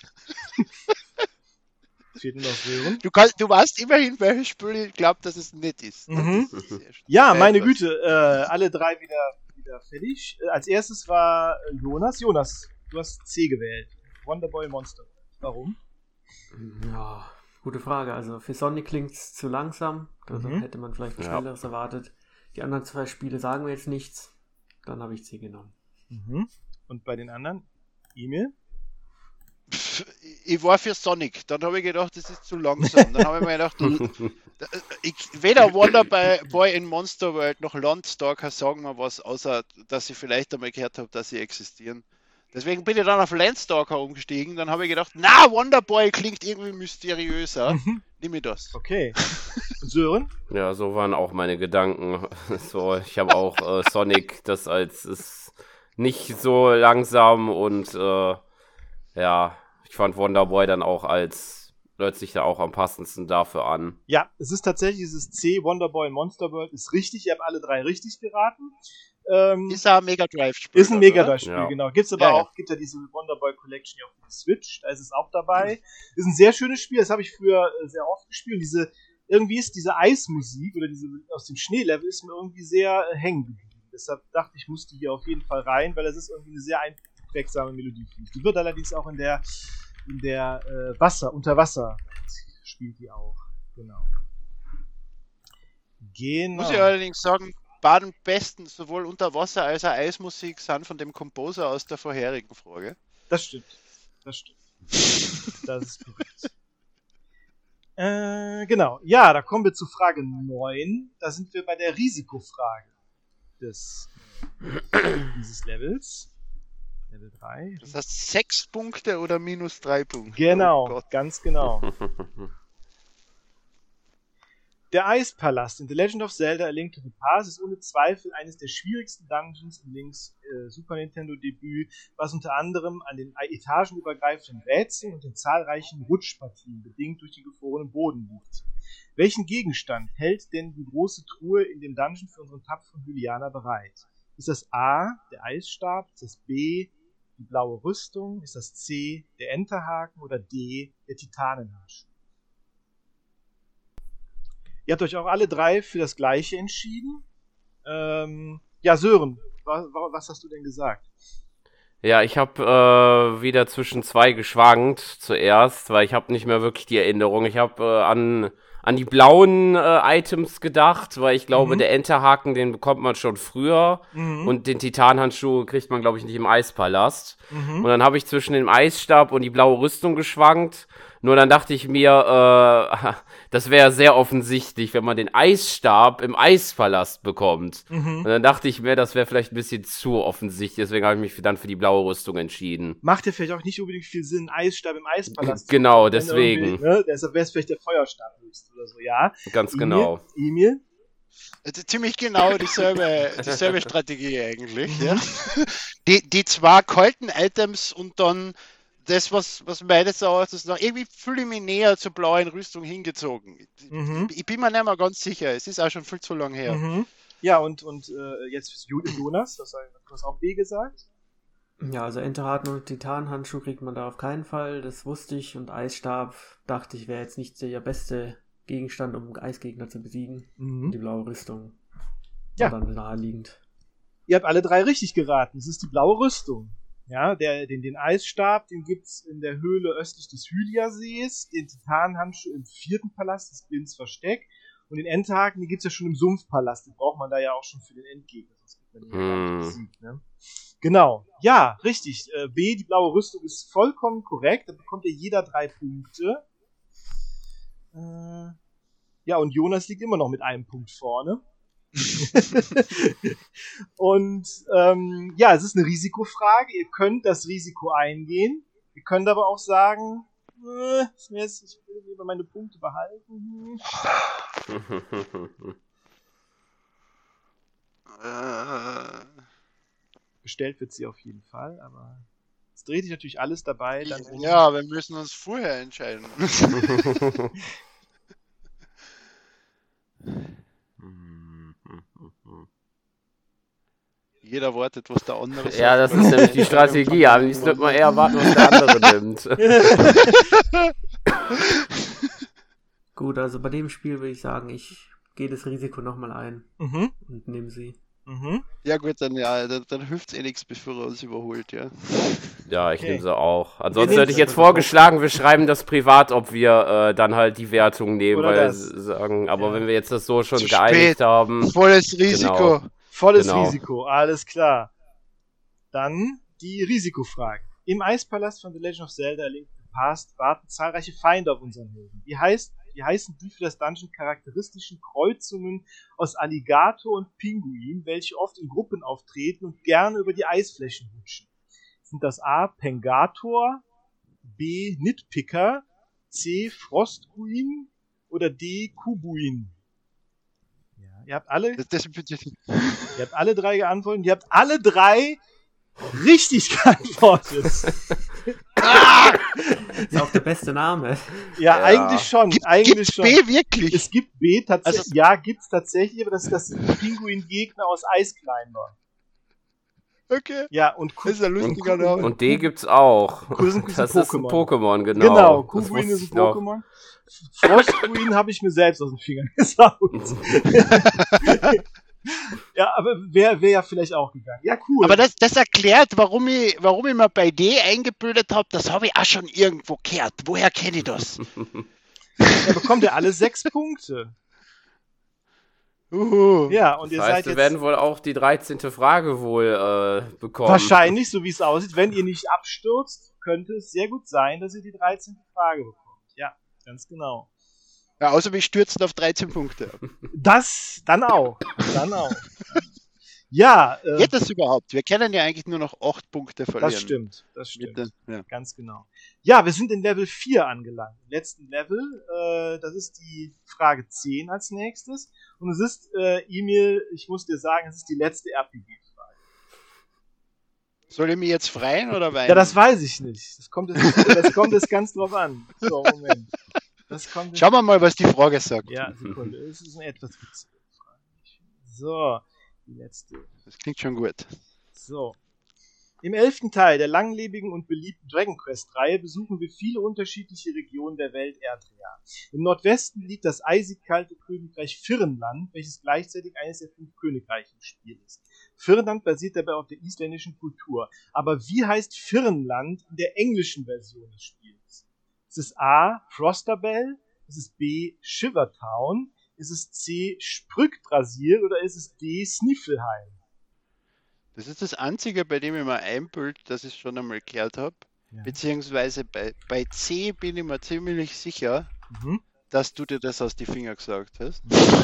Fehlt nur noch Sören. Du weißt immerhin, welches Spiel ich glaube, dass es nicht ist. Mhm. Das ist Ja, meine Güte, alle drei wieder fertig. Als erstes war Jonas. Jonas, du hast C gewählt. Wonderboy Monster. Warum? Ja, gute Frage. Also für Sonic klingt es zu langsam. Also hätte man vielleicht was Schnelleres erwartet. Die anderen 2 Spiele sagen mir jetzt nichts. Dann habe ich C genommen. Und bei den anderen? Emil? Ich war für Sonic. Dann habe ich gedacht, das ist zu langsam. Dann habe ich mir gedacht, weder Wonderboy in Monster World noch Landstalker sagen mir was, außer dass ich vielleicht einmal gehört habe, dass sie existieren. Deswegen bin ich dann auf Landstalker umgestiegen. Dann habe ich gedacht, Wonderboy klingt irgendwie mysteriöser. Nimm ich das. Okay. Und Sören? Ja, so waren auch meine Gedanken. So, ich habe auch Sonic, das als ist nicht so langsam und ja, ich fand Wonderboy dann auch hört sich da auch am passendsten dafür an. Ja, es ist tatsächlich dieses C, Wonderboy Monster World, ist richtig. Ihr habt alle 3 richtig geraten. Ist ein Mega Drive-Spiel. Ist ein Mega Drive-Spiel, ja. Genau. Gibt's aber auch, gibt ja diese Wonderboy Collection hier auf der Switch, da ist es auch dabei. Ist ein sehr schönes Spiel, das habe ich früher sehr oft gespielt. Irgendwie ist diese Eismusik oder diese aus dem Schneelevel ist mir irgendwie sehr hängen geblieben. Deshalb dachte ich, muss die hier auf jeden Fall rein, weil das ist irgendwie eine sehr einprägsame Melodie. Die wird allerdings auch in der Unterwasser spielt die auch. Genau. Muss ich allerdings sagen, beiden besten sowohl Unterwasser als auch Eismusik sind von dem Komposer aus der vorherigen Frage. Das stimmt. Das ist korrekt. Genau. Ja, da kommen wir zu Frage 9. Da sind wir bei der Risikofrage dieses Levels. Level 3. Das heißt 6 Punkte oder minus 3 Punkte? Genau, ganz genau. Der Eispalast in The Legend of Zelda: A Link to the Past ist ohne Zweifel eines der schwierigsten Dungeons in Links Super Nintendo Debüt, was unter anderem an den etagenübergreifenden Rätseln und den zahlreichen Rutschpartien bedingt durch den gefrorenen Boden liegt. Welchen Gegenstand hält denn die große Truhe in dem Dungeon für unseren tapferen Hylianer bereit? Ist das A, der Eisstab? Ist das B, die blaue Rüstung? Ist das C, der Enterhaken? Oder D, der Titanenhandschuh? Ihr habt euch auch alle 3 für das Gleiche entschieden. Ja, Sören, was hast du denn gesagt? Ja, ich habe wieder zwischen 2 geschwankt zuerst, weil ich habe nicht mehr wirklich die Erinnerung. Ich habe an die blauen Items gedacht, weil ich glaube, der Enterhaken, den bekommt man schon früher und den Titanhandschuh kriegt man, glaube ich, nicht im Eispalast. Und dann habe ich zwischen dem Eisstab und die blaue Rüstung geschwankt. Nur dann dachte ich mir, das wäre sehr offensichtlich, wenn man den Eisstab im Eispalast bekommt. Und dann dachte ich mir, das wäre vielleicht ein bisschen zu offensichtlich. Deswegen habe ich mich dann für die blaue Rüstung entschieden. Macht ja vielleicht auch nicht unbedingt viel Sinn, Eisstab im Eispalast. Genau, deswegen. Ne? Deshalb wäre es vielleicht der Feuerstab höchst oder so, ja. Ganz genau. Emil? Ziemlich genau dieselbe Strategie eigentlich. Ja. Die 2 kalten Items und dann das, was meines Erachtens noch irgendwie fühle ich mich näher zur blauen Rüstung hingezogen. Ich bin mir nicht mehr ganz sicher. Es ist auch schon viel zu lang her. Ja, und jetzt fürs Jonas, du hast auch B gesagt? Ja, also Enterhaken und Titanhandschuh kriegt man da auf keinen Fall, das wusste ich. Und Eisstab dachte ich, wäre jetzt nicht der beste Gegenstand, um Eisgegner zu besiegen. Die blaue Rüstung war dann naheliegend. Ihr habt alle 3 richtig geraten. Es ist die blaue Rüstung. Ja, den Eisstab, den gibt's in der Höhle östlich des Hylia-Sees, den Titanhandschuh im 4. Palast, das Blinds Versteck, und den Enterhaken, den gibt's ja schon im Sumpfpalast, den braucht man da ja auch schon für den Endgegner, sonst gibt man den ja gar nicht besiegt, ne? Genau, ja, richtig. B, die blaue Rüstung ist vollkommen korrekt, da bekommt ihr jeder 3 Punkte. Ja, und Jonas liegt immer noch mit einem Punkt vorne. Und ja, es ist eine Risikofrage. Ihr könnt das Risiko eingehen. Ihr könnt aber auch sagen, ich will lieber meine Punkte behalten. Bestellt wird sie auf jeden Fall, aber es dreht sich natürlich alles dabei. Ja, wir müssen uns vorher entscheiden. Jeder wartet, was der andere sagt. Ja, das ist nämlich die Strategie. Am liebsten wird man eher warten, was der andere nimmt. Gut, also bei dem Spiel würde ich sagen, ich gehe das Risiko nochmal ein und nehme sie. Ja gut, dann hilft es eh nichts, bevor er uns überholt, ja. Ja, ich nehme sie auch. Ansonsten hätte ich jetzt vorgeschlagen, wir schreiben das privat, ob wir dann halt die Wertung nehmen, Oder weil das. sagen, aber wenn wir jetzt das so schon Zu geeinigt spät. haben. Volles Risiko. Genau. Volles Genau. Risiko, alles klar. Dann die Risikofrage. Im Eispalast von The Legend of Zelda: A Link to the verpasst, warten zahlreiche Feinde auf unseren Helden. Wie heißen die für das Dungeon charakteristischen Kreuzungen aus Alligator und Pinguin, welche oft in Gruppen auftreten und gerne über die Eisflächen rutschen? Sind das A. Pengator, B. Nitpicker, C. Frostguin oder D. Kubuin? Ja, ihr habt alle 3 geantwortet. Ihr habt alle 3 richtig geantwortet. Das ist auch der beste Name. Ja, eigentlich schon. Gibt's B wirklich? Es gibt B tatsächlich. Also, ja, gibt's tatsächlich, aber das sind Pinguin-Gegner aus Eiskleimbern. Okay. Ja, und Das ist ein lustiger Name. Und D gibt's auch. Das ist ein Pokémon, genau. Genau, Das Kubuin wusste ist ich ein noch. Pokémon. Frostguin habe ich mir selbst aus den Fingern gesaugt. Ja, aber wäre ja vielleicht auch gegangen. Ja, cool. Aber das erklärt, warum ich mir bei D eingebildet habe, das habe ich auch schon irgendwo gehört. Woher kenne ich das? Da bekommt ihr alle 6 Punkte. Ja, und ihr Das heißt, seid wir jetzt werden wohl auch die 13. Frage wohl bekommen. wahrscheinlich, so wie es aussieht, wenn ihr nicht abstürzt, könnte es sehr gut sein, dass ihr die 13. Frage bekommt. Ja, ganz genau. Ja, außer wir stürzen auf 13 Punkte. Das dann auch. Ja, Geht das überhaupt? Wir können ja eigentlich nur noch 8 Punkte verlieren. das stimmt. Ja. Ganz genau. Ja, wir sind in Level 4 angelangt. Im letzten Level, das ist die Frage 10 als nächstes. Und es ist, Emil, ich muss dir sagen, es ist die letzte RPG-Frage. Soll ich mich jetzt freien oder weinen? Ja, das weiß ich nicht. Das kommt jetzt ganz drauf an. So, Moment. Schauen wir mal, was die Frage sagt. Ja, Sekunde. Es ist eine etwas witzige Frage. So, die letzte. Das klingt schon gut. So. Im 11. Teil der langlebigen und beliebten Dragon Quest-Reihe besuchen wir viele unterschiedliche Regionen der Welt Erdrea. Im Nordwesten liegt das eisig kalte Königreich Firnland, welches gleichzeitig eines der 5 Königreiche im Spiel ist. Firnland basiert dabei auf der isländischen Kultur. Aber wie heißt Firnland in der englischen Version des Spiels? Ist es A. Frostabell? Ist es B. Shivertown? Ist es C. Sprügdrasil? Oder ist es D. Sniffelheim? Das ist das Einzige, bei dem ich mir einbild, dass ich es schon einmal gehört habe. Ja. Beziehungsweise bei C bin ich mir ziemlich sicher, dass du dir das aus die Finger gesagt hast.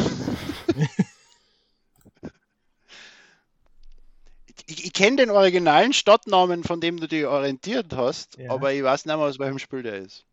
Ich kenne den originalen Stadtnamen, von dem du dich orientiert hast, Ja. aber ich weiß nicht mehr, aus welchem Spiel der ist.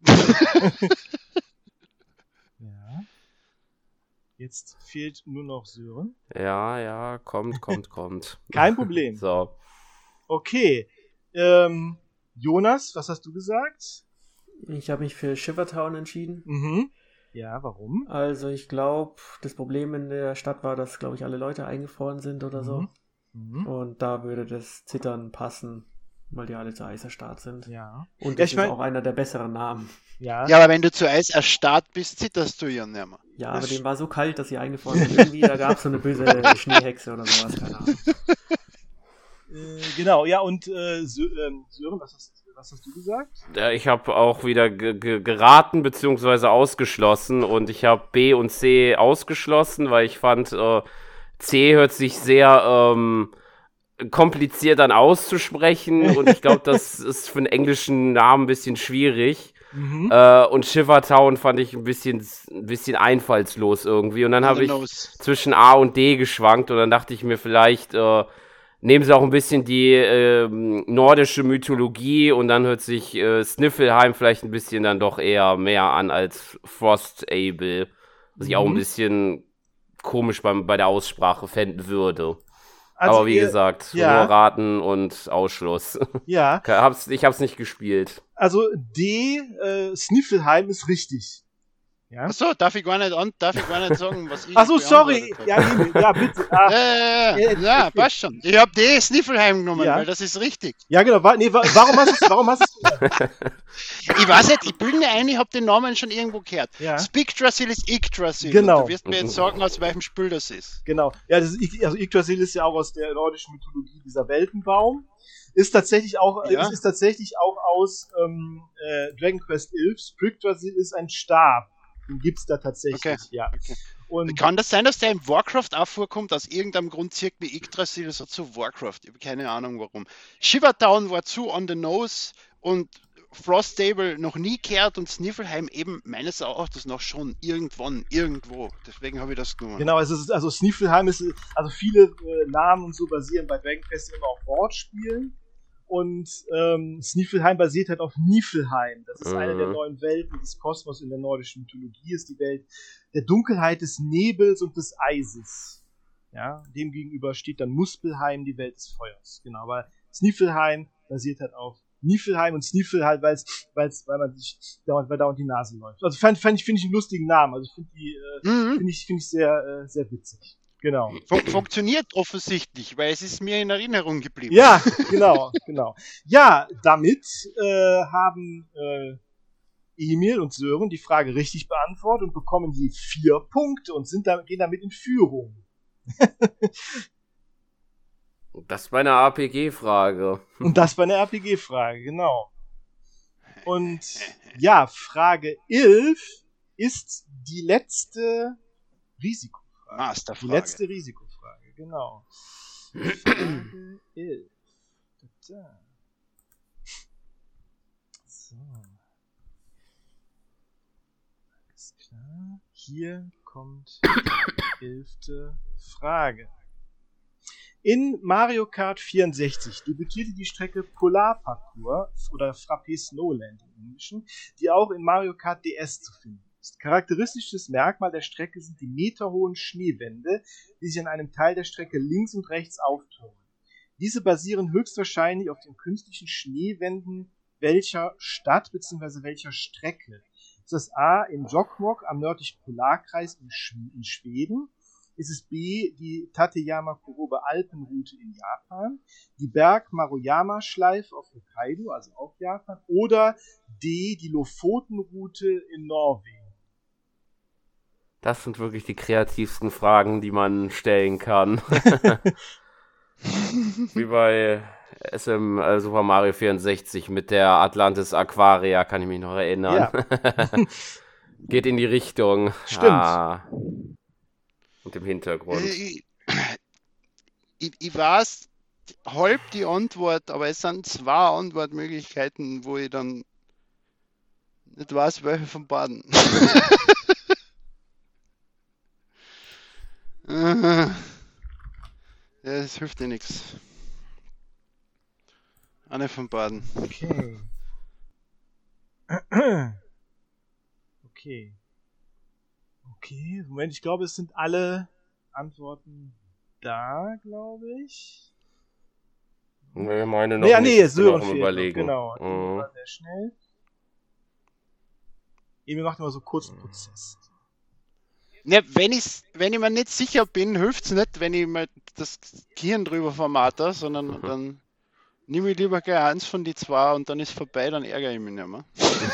Ja. Jetzt fehlt nur noch Sören. Ja, kommt. Kein Problem. So. Okay. Jonas, was hast du gesagt? Ich habe mich für Shivertown entschieden. Mhm. Ja, warum? Also ich glaube, das Problem in der Stadt war, dass, glaube ich, alle Leute eingefroren sind oder so. Mhm. Und da würde das Zittern passen, weil die alle zu Eis erstarrt sind. Ja. Und Ja, das ich mein- ist auch einer der besseren Namen. Ja. Ja, aber wenn du zu Eis erstarrt bist, zitterst du ja nicht mehr. Ja, aber dem war so kalt, dass sie eingefroren sind. Irgendwie, da gab es so eine böse Schneehexe oder sowas, keine Ahnung. Genau, ja, und Sören, was hast du gesagt? Ja, ich habe auch wieder geraten bzw. ausgeschlossen und ich habe B und C ausgeschlossen, weil ich fand, C hört sich sehr kompliziert an auszusprechen und ich glaube, das ist für einen englischen Namen ein bisschen schwierig. Mhm. Und Shivertown fand ich ein bisschen einfallslos irgendwie. Und dann habe ich zwischen A und D geschwankt und dann dachte ich mir vielleicht, nehmen sie auch ein bisschen die nordische Mythologie und dann hört sich Sniffelheim vielleicht ein bisschen dann doch eher mehr an als Frostable, was ich auch ein bisschen komisch bei der Aussprache fänden würde. Also aber wie gesagt, nur raten und Ausschluss. Ja. Ich hab's nicht gespielt. Also D, Sniffelheim ist richtig. Ja? Achso, darf ich gar nicht sagen, was ich Achso, sorry. beantwortet Ja, habe. Emil, ja, bitte. Ja, passt schon. Ich habe die Sniffelheim genommen, Ja. weil das ist richtig. Ja, genau. Warum hast du Ich weiß nicht, ich bilde mir ein, ich habe den Namen schon irgendwo gehört. Ja. Spictrasil ist Yggdrasil. Genau. Und du wirst mir jetzt sagen, aus welchem Spiel das ist. Genau. Ja, also Yggdrasil ist ja auch aus der nordischen Mythologie dieser Weltenbaum. Ist tatsächlich auch aus Dragon Quest 11. Spictrasil ist ein Stab. Den gibt's da tatsächlich, Okay. ja. Okay. Und Kann das sein, dass der in Warcraft auch vorkommt? Aus irgendeinem Grund zirkt mir Yggdrasil das so zu Warcraft. Ich habe keine Ahnung warum. Shivertown war zu on the nose und Frostable noch nie gehört und Sniffelheim eben meines Erachtens noch schon irgendwann, irgendwo. Deswegen habe ich das genommen. Genau, also Sniffelheim ist, also viele Namen und so basieren bei Dragon Quest immer auf Wortspielen. Und Sniffelheim basiert halt auf Niflheim. Das ist eine der 9 Welten des Kosmos in der nordischen Mythologie. Ist die Welt der Dunkelheit, des Nebels und des Eises. Ja, demgegenüber steht dann Muspelheim, die Welt des Feuers. Genau, aber Sniffelheim basiert halt auf Niflheim und Sniffel halt, weil man sich dauernd die Nase läuft. Also finde ich einen lustigen Namen. Also finde ich sehr, sehr witzig. Genau. Funktioniert offensichtlich, weil es ist mir in Erinnerung geblieben. Ja, genau. Ja, damit haben Emil und Sören die Frage richtig beantwortet und bekommen je 4 Punkte und gehen damit in Führung. Das war eine RPG-Frage. Und das war eine RPG-Frage, genau. Und ja, Frage 11 ist die letzte Risikofrage. Masterfrage. Die letzte Risikofrage, genau. Frage 11. Da. So. Alles klar. Hier kommt die 11. Frage. In Mario Kart 64 debütierte die Strecke Polar Parcours oder Frappé Snowland im Englischen, die auch in Mario Kart DS zu finden ist. Charakteristisches Merkmal der Strecke sind die meterhohen Schneewände, die sich an einem Teil der Strecke links und rechts auftürmen. Diese basieren höchstwahrscheinlich auf den künstlichen Schneewänden welcher Stadt bzw. welcher Strecke. Ist das A in Jokkmokk am nördlichen Polarkreis in Schweden? Ist es B, die Tateyama-Kurobe-Alpenroute in Japan, die Berg-Maruyama-Schleife auf Hokkaido, also auch Japan, oder D, die Lofoten-Route in Norwegen? Das sind wirklich die kreativsten Fragen, die man stellen kann. Wie bei Super Mario 64 mit der Atlantis Aquaria, kann ich mich noch erinnern. Ja. Geht in die Richtung. Stimmt. Und im Hintergrund. Ich weiß halb die Antwort, aber es sind 2 Antwortmöglichkeiten, wo ich dann nicht weiß, welche von beiden. Ja, das hilft dir nichts. Eine von beiden. Okay, Moment, ich glaube, es sind alle Antworten da, glaube ich. Nee, meine noch nicht. Sören fehlt überlegen. Noch, genau. War sehr schnell. Emil macht immer so kurzen Prozess. Ne, wenn ich mir nicht sicher bin, hilft es nicht, wenn ich mal das Gehirn drüber formate, sondern dann nehme ich lieber gleich eins von die 2 und dann ist vorbei, dann ärgere ich mich nicht mehr.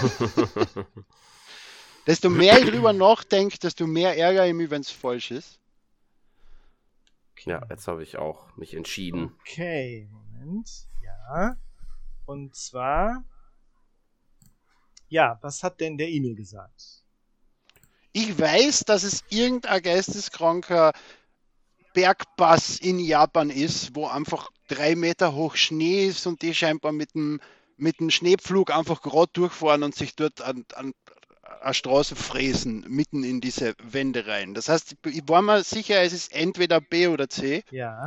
Desto mehr ich drüber nachdenke, desto mehr ärgere ich mich, wenn es falsch ist. Ja, jetzt habe ich auch mich entschieden. Okay, Moment. Ja. Und zwar, ja, was hat denn der Emil gesagt? Ich weiß, dass es irgendein geisteskranker Bergpass in Japan ist, wo einfach 3 Meter hoch Schnee ist und die scheinbar mit dem Schneepflug einfach gerade durchfahren und sich dort an eine Straße fräsen, mitten in diese Wände rein. Das heißt, ich war mir sicher, es ist entweder B oder C. Ja.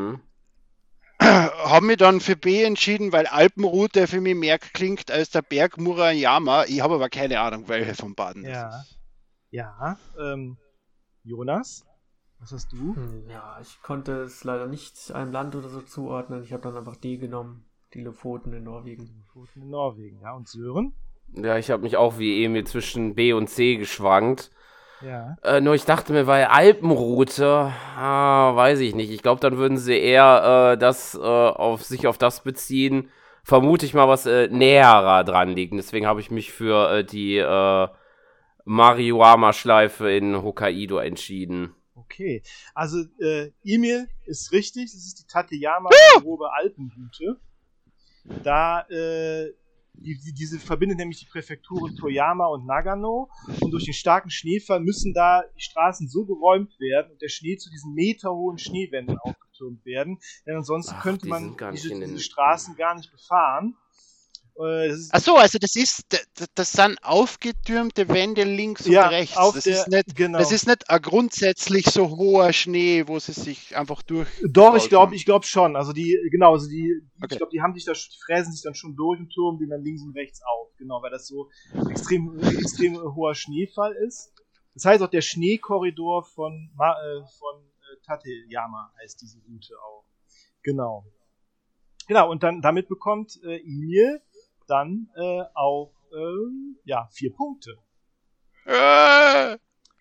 Habe mich dann für B entschieden, weil Alpenroute für mich mehr klingt als der Berg Murayama. Ich habe aber keine Ahnung, welche von beiden das ist. Ja, Jonas, was hast du? Ja, ich konnte es leider nicht einem Land oder so zuordnen. Ich habe dann einfach D genommen, die Lofoten in Norwegen. Lofoten in Norwegen, ja. Und Sören? Ja, ich habe mich auch wie Emil zwischen B und C geschwankt. Ja. Nur ich dachte mir, bei Alpenroute, weiß ich nicht. Ich glaube, dann würden sie eher sich auf das beziehen, vermute ich mal, was näherer dran liegt. Deswegen habe ich mich für die Maruyama-Schleife in Hokkaido entschieden. Okay, also Emil ist richtig, das ist die Tateyama-Kurobe-Alpenroute. Da, diese verbindet nämlich die Präfekturen Toyama und Nagano und durch den starken Schneefall müssen da die Straßen so geräumt werden und der Schnee zu diesen meterhohen Schneewänden aufgetürmt werden, denn ansonsten könnte man diese Straßen gar nicht befahren. Achso, also das sind aufgetürmte Wände links und rechts. Das ist nicht ein grundsätzlich so hoher Schnee, wo sie sich einfach durch. Doch, ich glaube schon. Also ich glaube, die fräsen sich dann schon durch und türmen den dann links und rechts auf. Genau, weil das so extrem hoher Schneefall ist. Das heißt auch der Schneekorridor von Tateyama heißt diese Route auch. Genau. Genau, und dann damit bekommt Emil dann auch 4 Punkte. Sehr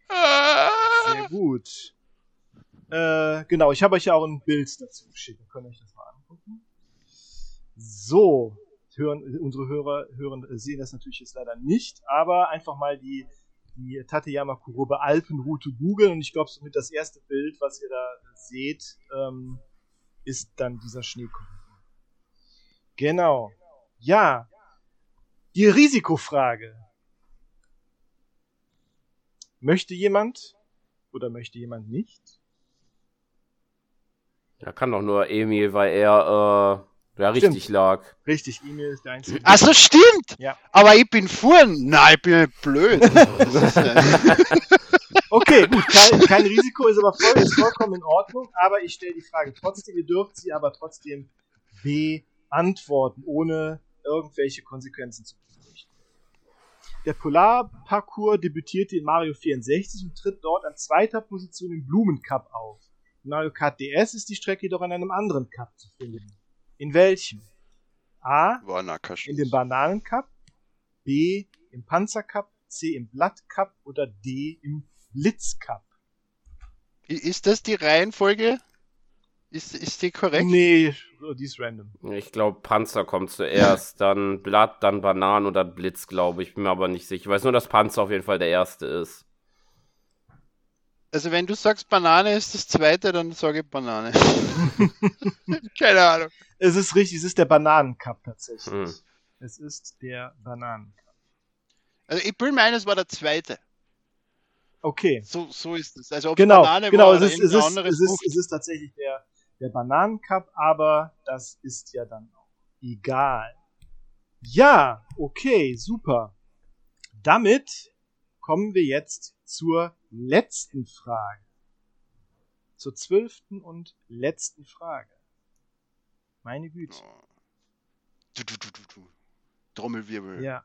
gut. Genau, ich habe euch ja auch ein Bild dazu geschickt. Dann könnt ihr euch das mal angucken. So, unsere Hörer sehen das natürlich jetzt leider nicht, aber einfach mal die Tateyama Kurobe Alpenroute googeln und ich glaube, somit das erste Bild, was ihr da seht, ist dann dieser Schneekorridor. Genau. Ja. Die Risikofrage. Möchte jemand oder möchte jemand nicht? Ja, kann doch nur Emil, weil er richtig lag. Richtig, Emil ist der Einzige. Ach so, stimmt! Ja. Aber ich bin vorn. Nein, ich bin nicht blöd. Okay, gut, kein Risiko, ist vollkommen in Ordnung, aber ich stelle die Frage trotzdem, ihr dürft sie aber trotzdem beantworten, ohne irgendwelche Konsequenzen zu befürchten. Der Polarparcours debütierte in Mario 64 und tritt dort an 2. Position im Blumencup auf. In Mario Kart DS ist die Strecke jedoch an einem anderen Cup zu finden. In welchem? A. In dem Bananencup, B. im Panzercup, C. im Blattcup oder D. im Blitzcup. Ist das die Reihenfolge? Ist die korrekt? Nee, die ist random. Ich glaube, Panzer kommt zuerst, dann Blatt, dann Bananen und dann Blitz, glaube ich. Bin mir aber nicht sicher. Ich weiß nur, dass Panzer auf jeden Fall der erste ist. Also wenn du sagst Banane ist das zweite, dann sage ich Banane. Keine Ahnung. Es ist richtig, es ist der Bananencup tatsächlich. Es ist der Bananencup. Also ich bin mir ein, es war der zweite. Okay. So ist es. Also ob Banane war es oder ist tatsächlich der Bananencup, aber das ist ja dann auch egal. Ja, okay, super. Damit kommen wir jetzt zur letzten Frage. Zur 12. und letzten Frage. Meine Güte. Du. Trommelwirbel. Ja.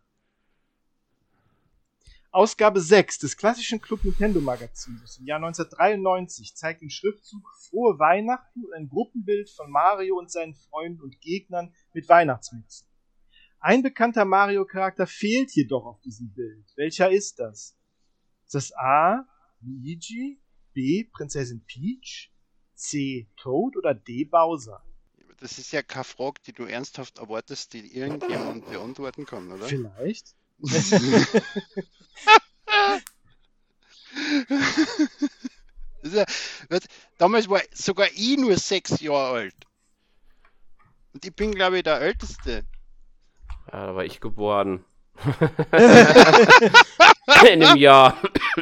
Ausgabe 6 des klassischen Club Nintendo Magazins im Jahr 1993 zeigt den Schriftzug Frohe Weihnachten und ein Gruppenbild von Mario und seinen Freunden und Gegnern mit Weihnachtsmützen. Ein bekannter Mario-Charakter fehlt jedoch auf diesem Bild. Welcher ist das? Ist das A. Luigi, B. Prinzessin Peach, C. Toad oder D. Bowser? Das ist ja keine Frage, die du ernsthaft erwartest, die irgendjemand beantworten kann, oder? Vielleicht. Damals war sogar ich nur 6 Jahre alt. Und ich bin, glaube ich, der Älteste. Ja, da war ich geboren. In dem Jahr.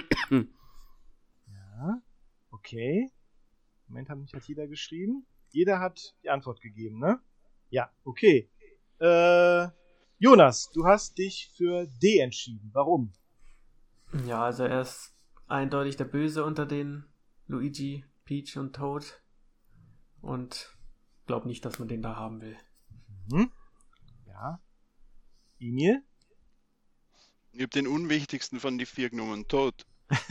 Ja, okay. Moment, hat jeder geschrieben? Jeder hat die Antwort gegeben, ne? Ja, okay. Jonas, du hast dich für D entschieden. Warum? Ja, also er ist eindeutig der Böse unter den Luigi, Peach und Toad. Und glaube nicht, dass man den da haben will. Mhm. Ja. Emil? Ich habe den unwichtigsten von die 4 genommen, Toad.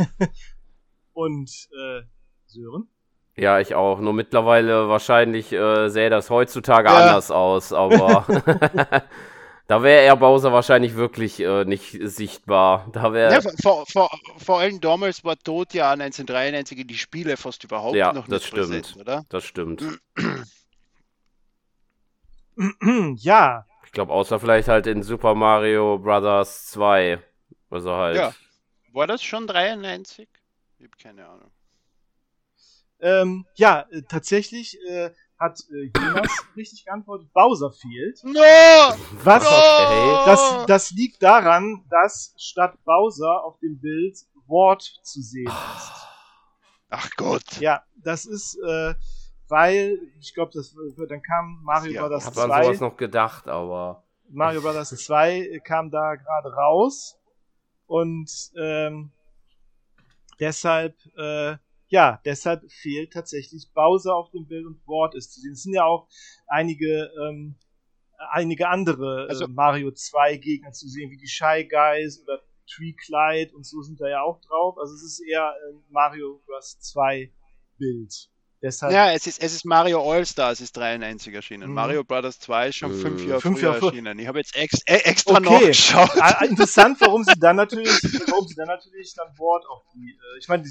Und Sören? Ja, ich auch. Nur mittlerweile wahrscheinlich sähe das heutzutage anders aus, aber da wäre er Bowser wahrscheinlich wirklich nicht sichtbar. Vor allem damals war Toad ja 1993 in die Spiele fast überhaupt noch nicht präsent, oder? Das stimmt. Ja. Ich glaube, außer vielleicht halt in Super Mario Bros. 2. Also halt. Ja. War das schon 93? Ich habe keine Ahnung. Tatsächlich hat Jonas richtig geantwortet, Bowser fehlt. No! Was? Okay. Das liegt daran, dass statt Bowser auf dem Bild Ward zu sehen ist. Ach Gott. Ja, das ist, weil, ich glaube, dann kam Mario Bros. 2. Ich habe an sowas noch gedacht, aber... Mario Bros. 2 kam da gerade raus und deshalb fehlt tatsächlich Bowser auf dem Bild und Ward ist zu sehen. Es sind ja auch einige andere Mario 2 Gegner zu sehen, wie die Shy Guys oder Tree Clyde und so sind da ja auch drauf. Also es ist eher ein Mario Bros. 2 Bild. Deshalb ja, es ist Mario All-Stars ist 93 erschienen. Mario Bros. 2 ist schon 5 Jahre früher erschienen. Ich habe jetzt extra nachgeschaut. Interessant, warum sie dann natürlich dann Ward auf die, ich meine,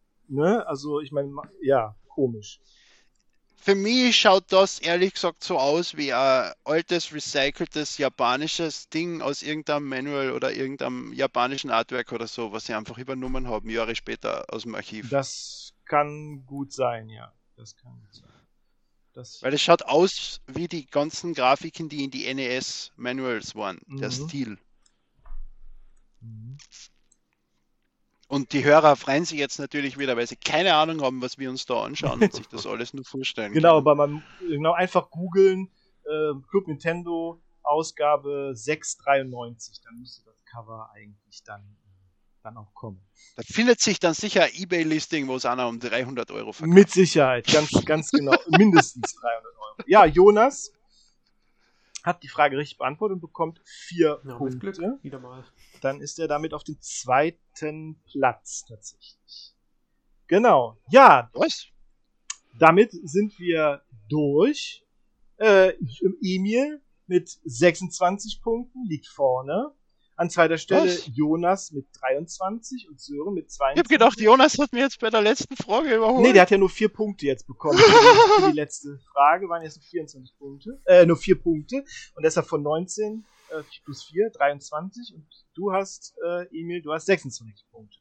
ja, komisch. Für mich schaut das ehrlich gesagt so aus wie ein altes, recyceltes japanisches Ding aus irgendeinem Manual oder irgendeinem japanischen Artwork oder so, was sie einfach übernommen haben, Jahre später aus dem Archiv. Das kann gut sein, ja. Das kann gut sein. Weil es schaut aus wie die ganzen Grafiken, die in die NES-Manuals waren, der Stil. Mhm. Und die Hörer freuen sich jetzt natürlich wieder, weil sie keine Ahnung haben, was wir uns da anschauen und sich das alles nur vorstellen Genau, können. aber man einfach googeln, Club Nintendo Ausgabe 693, dann müsste das Cover eigentlich dann auch kommen. Da findet sich dann sicher ein eBay-Listing, wo es einer um 300 Euro verkauft. Mit Sicherheit, ganz genau, mindestens 300 Euro. Ja, Jonas hat die Frage richtig beantwortet und bekommt 4 Punkte. Glück, wieder mal. Dann ist er damit auf dem 2. Platz tatsächlich. Genau. Ja, Was? damit sind wir durch. Emil mit 26 Punkten liegt vorne. An zweiter Stelle Jonas mit 23 und Sören mit 22. Ich habe gedacht, Jonas hat mir jetzt bei der letzten Frage überholt. Nee, der hat ja nur 4 Punkte jetzt bekommen. Für die letzte Frage waren jetzt nur 24 Punkte. Nur 4 Punkte. Und deshalb von 19 plus 4, 23. Und du hast, Emil, du hast 26 Punkte.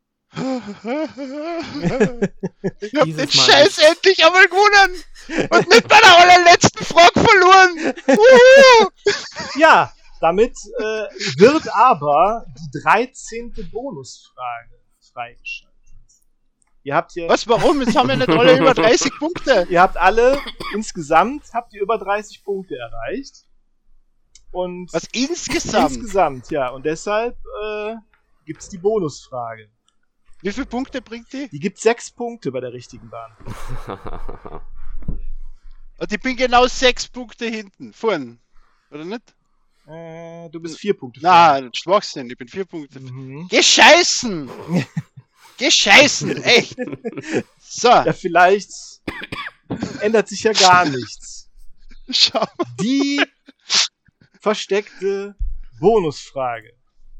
Ich hab den Scheiß endlich einmal gewonnen! Und mit meiner allerletzten Frage verloren! Ja, damit wird aber die 13. Bonusfrage freigeschaltet. Ihr habt hier. Was, warum? Jetzt haben wir nicht alle über 30 Punkte. Ihr habt alle, insgesamt habt ihr über 30 Punkte erreicht. Und was, insgesamt? Insgesamt, ja. Und deshalb gibt's die Bonusfrage. Wie viele Punkte bringt die? Die gibt 6 Punkte bei der richtigen Bahn. Und ich bin genau 6 Punkte hinten. Vorn. Oder nicht? Du bist 4 Punkte. Na, Schwachsinn. Ich bin 4 Punkte. Gescheißen! Gescheißen! Echt! So. Ja, vielleicht ändert sich ja gar nichts. Schau mal. Die versteckte Bonusfrage.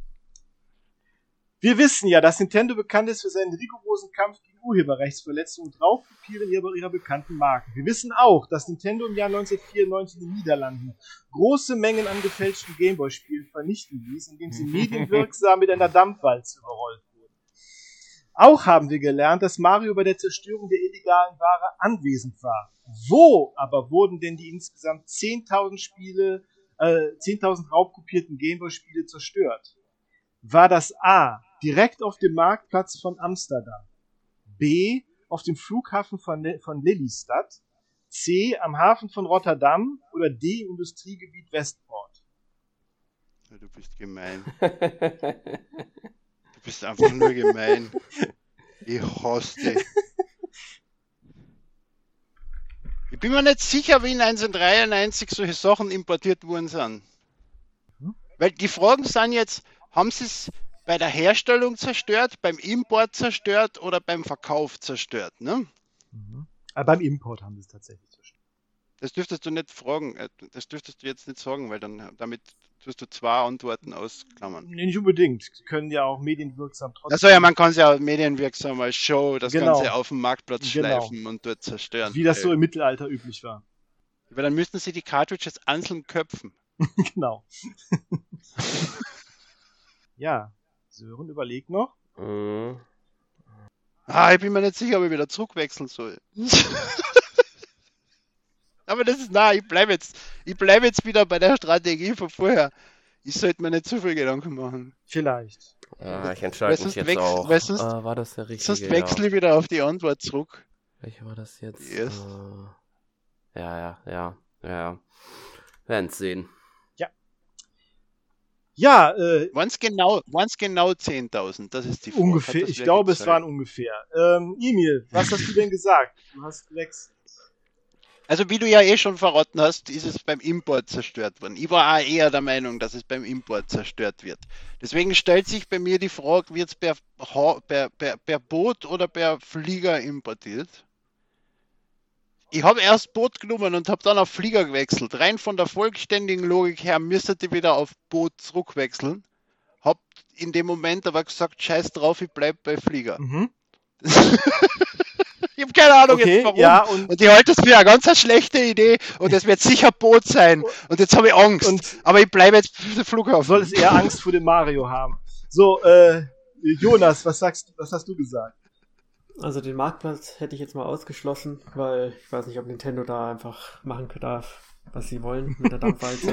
Wir wissen ja, dass Nintendo bekannt ist für seinen rigorosen Kampf gegen Urheberrechtsverletzungen und Raubkopieren ihrer bekannten Marken. Wir wissen auch, dass Nintendo im Jahr 1994 in den Niederlanden große Mengen an gefälschten Gameboy-Spielen vernichten ließ, indem sie medienwirksam mit einer Dampfwalze überrollt wurden. Auch haben wir gelernt, dass Mario bei der Zerstörung der illegalen Ware anwesend war. Wo aber wurden denn die insgesamt 10.000 raubkopierten Gameboy-Spiele zerstört? War das A, direkt auf dem Marktplatz von Amsterdam, B, auf dem Flughafen von Lelystad, C, am Hafen von Rotterdam oder D, im Industriegebiet Westport? Ja, du bist gemein. Du bist einfach nur gemein. Ich hasse dich. Ich bin mir nicht sicher, wie 1993 solche Sachen importiert worden sind. Weil die Fragen sind jetzt, haben sie es bei der Herstellung zerstört, beim Import zerstört oder beim Verkauf zerstört, ne? Aber beim Import haben sie es tatsächlich zerstört. Das dürftest du nicht fragen, das dürftest du jetzt nicht sagen, weil damit tust du 2 Antworten ausklammern. Nee, nicht unbedingt. Sie können ja auch medienwirksam trotzdem. Achso, ja, man kann es ja medienwirksam als Show das Ganze auf dem Marktplatz schleifen und dort zerstören. Wie das so im Mittelalter üblich war. Weil dann müssten sie die Cartridges einzeln köpfen. Genau. Ja, Sören überlegt noch. Ich bin mir nicht sicher, ob ich wieder zurückwechseln soll. Aber das ist, ich bleib jetzt wieder bei der Strategie von vorher. Ich sollte mir nicht zu viel Gedanken machen. Vielleicht. Ich entscheide mich jetzt auch. War das der richtige? Sonst wechsle ich wieder auf die Antwort zurück. Welche war das jetzt? Yes. Ja. Werden sehen. Ja. Ja, Waren's genau 10.000? Das ist die Frage. ungefähr. Ich glaube, es waren ungefähr. Emil, was hast du denn gesagt? Du hast 6. Also wie du ja schon verraten hast, ist es beim Import zerstört worden. Ich war auch eher der Meinung, dass es beim Import zerstört wird. Deswegen stellt sich bei mir die Frage, wird es per Boot oder per Flieger importiert? Ich habe erst Boot genommen und habe dann auf Flieger gewechselt. Rein von der vollständigen Logik her müsste ich wieder auf Boot zurückwechseln. Hab in dem Moment aber gesagt, scheiß drauf, ich bleib bei Flieger. Mhm. Ich habe keine Ahnung Okay, jetzt warum. ja, und ich halte das für eine ganz schlechte Idee und es wird sicher Boot sein. Und jetzt habe ich Angst. Und aber ich bleibe jetzt für den Flughafen. soll es eher Angst vor dem Mario haben. So, Jonas, was hast du gesagt? Also den Marktplatz hätte ich jetzt mal ausgeschlossen, weil ich weiß nicht, ob Nintendo da einfach machen darf, was sie wollen mit der Dampfwalze.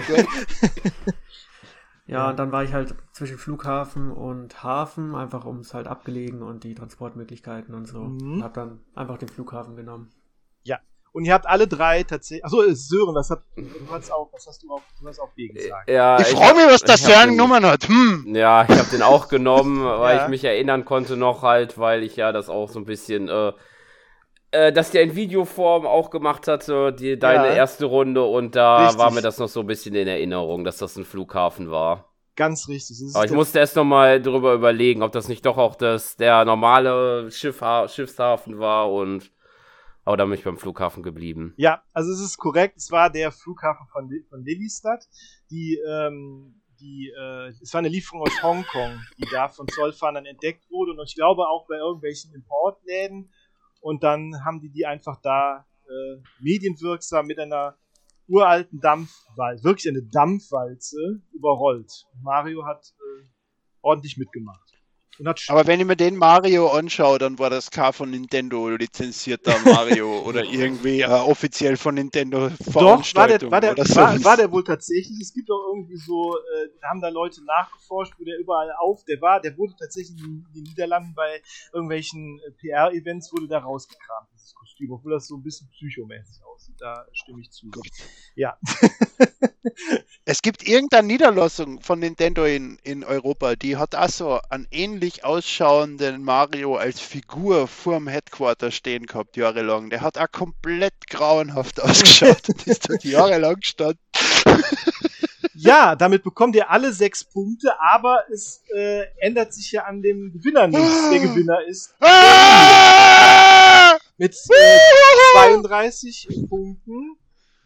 Ja, und dann war ich halt zwischen Flughafen und Hafen, einfach um es halt abgelegen und die Transportmöglichkeiten und so. Und habe dann einfach den Flughafen genommen. Ja. Und ihr habt alle 3 tatsächlich. Achso, Sören, was hast du auf B gesagt? Ja, ich frage mich, was der Sören genommen hat. Ja, ich habe den auch genommen, weil Ja. ich mich erinnern konnte noch halt, weil ich ja das auch so ein bisschen, dass der in Videoform auch gemacht hatte, deine erste Runde, und da Richtig. war mir das noch so ein bisschen in Erinnerung, dass das ein Flughafen war. Ganz richtig. Aber ich musste erst nochmal drüber überlegen, ob das nicht doch auch der normale Schiffshafen war, aber da bin ich beim Flughafen geblieben. Ja, also es ist korrekt. Es war der Flughafen von Lelystad. Es war eine Lieferung aus Hongkong, die da von Zollfahndern entdeckt wurde, und ich glaube auch bei irgendwelchen Importläden. Und dann haben die einfach da medienwirksam mit einer uralten Dampfwalze, wirklich eine Dampfwalze, überrollt. Mario hat ordentlich mitgemacht. Und hat Aber wenn ich mir den Mario anschaue, dann war das kein von Nintendo lizenzierter Mario oder irgendwie offiziell von Nintendo Veranstaltung. Doch, war der wohl tatsächlich. Es gibt auch irgendwie so, da haben da Leute nachgeforscht, wo der überall der wurde tatsächlich in den Niederlanden bei irgendwelchen PR-Events wurde da rausgekramt, dieses Kostüm, obwohl das so ein bisschen psychomäßig aussieht. Da stimme ich zu. Gut. Ja. Es gibt irgendeine Niederlassung von Nintendo in Europa, die hat auch so einen ähnlich ausschauenden Mario als Figur vorm Headquarter stehen gehabt, jahrelang. Der hat auch komplett grauenhaft ausgeschaut und ist dort jahrelang gestanden. Ja, damit bekommt ihr alle 6 Punkte, aber es ändert sich ja an dem Gewinner nichts. Der Gewinner ist mit 32 Punkten.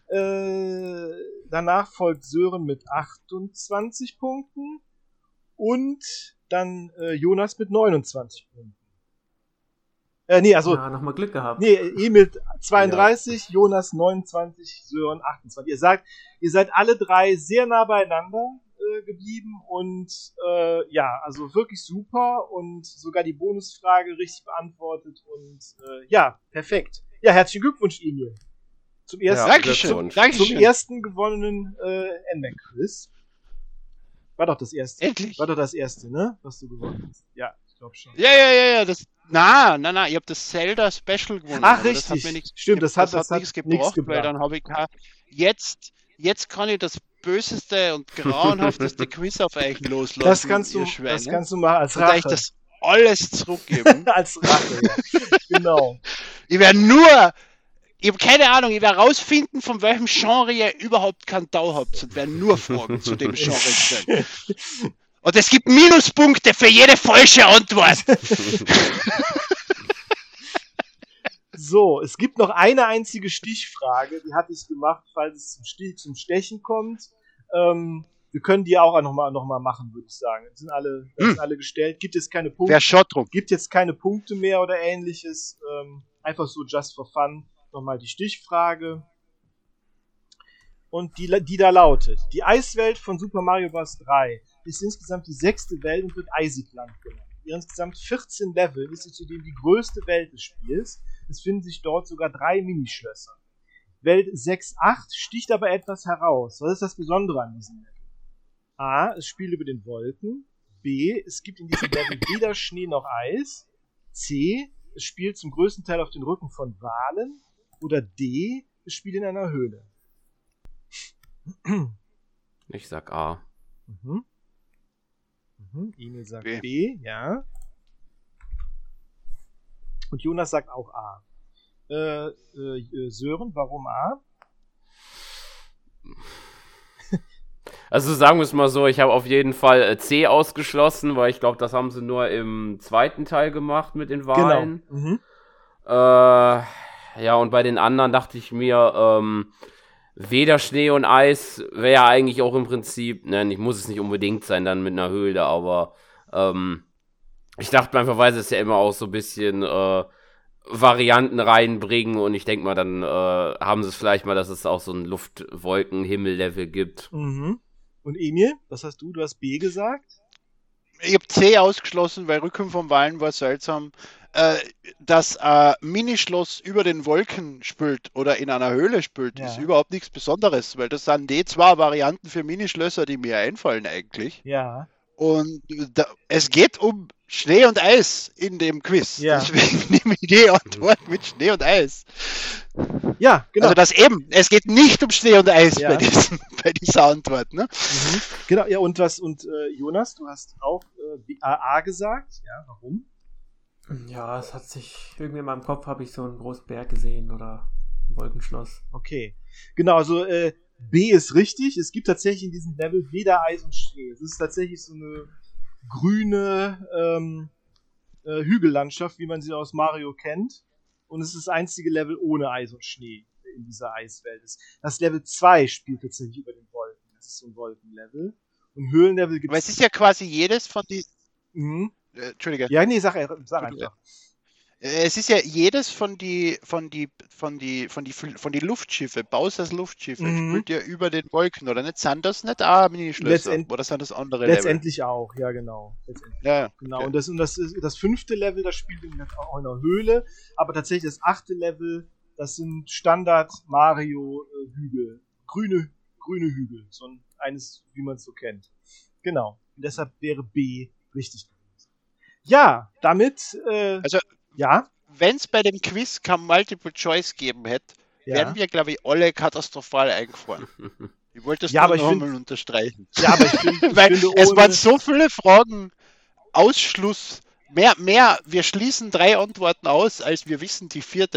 Danach folgt Sören mit 28 Punkten und dann Jonas mit 29 Punkten. Nochmal Glück gehabt. Mit 32, ja. Jonas 29, Sören 28. Ihr seid alle 3 sehr nah beieinander geblieben und also wirklich super und sogar die Bonusfrage richtig beantwortet und perfekt. Ja, herzlichen Glückwunsch, Emil. Zum ersten gewonnenen NMAC-Quiz. War doch das erste. Endlich. War doch das erste, ne? Was du gewonnen hast. Ja, ich glaube schon. Ja. Ich habe das Zelda Special gewonnen. Ach, richtig. Stimmt, das hat nichts gebracht, weil dann habe ich jetzt kann ich das böseste und grauenhafteste Quiz auf euch loslassen. Das kannst du machen als Rache. Und euch das alles zurückgeben. Als Rache, ja. Genau. Ich habe keine Ahnung, ich werde rausfinden, von welchem Genre ihr überhaupt keinen Tau habt und werde nur Fragen zu dem Genre stellen. Und es gibt Minuspunkte für jede falsche Antwort. So, es gibt noch eine einzige Stichfrage, die hatte ich gemacht, falls es zum Stechen kommt. Wir können die auch noch mal machen, würde ich sagen. Die sind alle gestellt. Gibt jetzt keine Punkte. Gibt jetzt keine Punkte mehr oder ähnliches. Einfach so just for fun. Nochmal die Stichfrage. Und die da lautet: Die Eiswelt von Super Mario Bros. 3 ist insgesamt die 6. Welt und wird Eisigland genannt. Mit insgesamt 14 Leveln ist sie zudem die größte Welt des Spiels. Es finden sich dort sogar 3 Minischlösser. Welt 6.8 sticht aber etwas heraus. Was ist das Besondere an diesem Level? A. Es spielt über den Wolken. B. Es gibt in diesem Level weder Schnee noch Eis. C. Es spielt zum größten Teil auf den Rücken von Walen. Oder D. Es spielt in einer Höhle. Ich sag A. Mhm. Emil sagt B, ja. Und Jonas sagt auch A. Sören, warum A? Also sagen wir es mal so, ich habe auf jeden Fall C ausgeschlossen, weil ich glaube, das haben sie nur im zweiten Teil gemacht mit den Wahlen. Genau. Ja, und bei den anderen dachte ich mir, weder Schnee und Eis wäre ja eigentlich auch im Prinzip, ich muss es nicht unbedingt sein dann mit einer Höhle, aber ich dachte mir einfach, weil sie es ja immer auch so ein bisschen Varianten reinbringen und ich denke mal, dann haben sie es vielleicht mal, dass es auch so ein Luftwolken-Himmel-Level gibt. Mhm. Und Emil, was hast du? Du hast B gesagt? Ich habe C ausgeschlossen, weil Rückkehr vom Wahlen war seltsam. Dass Minischloss über den Wolken spült oder in einer Höhle spült, ist überhaupt nichts Besonderes, weil das sind die zwei Varianten für Minischlösser, die mir einfallen eigentlich. Ja. Und es geht um Schnee und Eis in dem Quiz. Ja. Deswegen nehme ich die Antwort mit Schnee und Eis. Ja, genau. Also es geht nicht um Schnee und Eis bei dieser Antwort. Ne? Genau, ja, und Jonas, du hast auch A gesagt. Ja, warum? Ja, es hat sich, irgendwie in meinem Kopf habe ich so einen großen Berg gesehen oder ein Wolkenschloss. Okay. Genau, also B ist richtig. Es gibt tatsächlich in diesem Level weder Eis und Schnee. Es ist tatsächlich so eine grüne Hügellandschaft, wie man sie aus Mario kennt. Und es ist das einzige Level ohne Eis und Schnee in dieser Eiswelt. Das Level 2 spielt tatsächlich über den Wolken. Das ist so ein Wolkenlevel. Und Höhlenlevel gibt es. Aber es ist ja quasi jedes von die. Entschuldige. Ja, nee, sag einfach. Es ist ja jedes von die Luftschiffe, Bowsers Luftschiffe, spielt ja über den Wolken, oder nicht? Sind das nicht Minischlösser? Oder sind das andere letztendlich Level? Auch, ja, genau. Ja, genau. Okay. Und das ist das 5. Level, das spielt auch in einer Höhle, aber tatsächlich das 8. Level, das sind Standard Mario Hügel. Grüne Hügel. So eines, wie man es so kennt. Genau. Und deshalb wäre B richtig gewesen. Ja, damit ja. Wenn es bei dem Quiz kein Multiple Choice geben hätte, wären wir, glaube ich, alle katastrophal eingefahren. Ich wollte das nur nochmal unterstreichen. Ja, aber ich finde es waren so viele Fragen, Ausschluss, mehr, wir schließen 3 Antworten aus, als wir wissen die 4.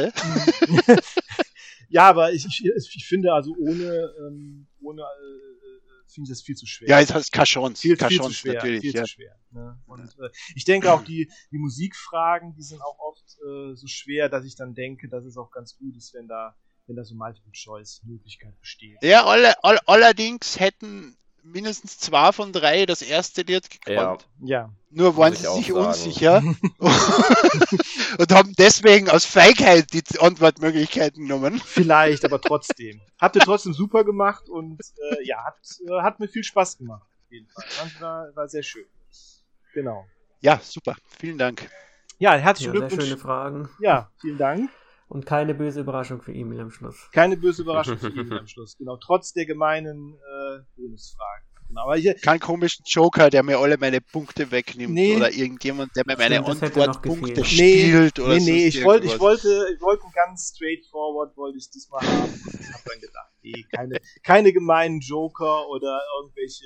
Ja, aber ich finde, also ohne finde ich das viel zu schwer. Ja, es hat keine Chance. Viel zu schwer, natürlich. Viel zu schwer. Ne? Und ich denke auch, die Musikfragen, die sind auch oft so schwer, dass ich dann denke, dass es auch ganz gut ist, wenn da so Multiple-Choice-Möglichkeit besteht. Ja, allerdings hätten mindestens 2 von 3 das erste Lied gekonnt. Ja. Nur waren sie sich unsicher und haben deswegen aus Feigheit die Antwortmöglichkeiten genommen. Vielleicht, aber trotzdem. Habt ihr trotzdem super gemacht und hat mir viel Spaß gemacht. Auf jeden Fall. War sehr schön. Genau. Ja, super. Vielen Dank. Ja, herzlichen Glückwunsch. Sehr schöne Fragen. Ja, vielen Dank. Und keine böse Überraschung für Emil am Schluss. Keine böse Überraschung für Emil am Schluss. Genau, trotz der gemeinen Bonusfragen. Genau, aber kein komischen Joker, der mir alle meine Punkte wegnimmt. Nee. Oder irgendjemand, der mir meine Antwortpunkte stiehlt. Oder nee, ich wollte ein ganz straightforward, wollte ich diesmal haben. Und ich habe dann gedacht, keine gemeinen Joker oder irgendwelche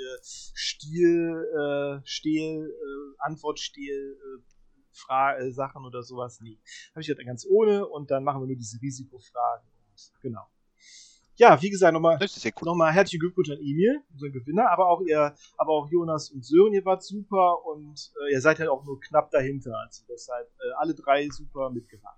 Sachen oder sowas. Nee. Habe ich gedacht, ganz ohne und dann machen wir nur diese Risikofragen. Genau. Ja, wie gesagt, nochmal herzlichen Glückwunsch an Emil, unseren Gewinner, aber auch Jonas und Sören, ihr wart super und ihr seid halt auch nur knapp dahinter. Also deshalb alle 3 super mitgemacht.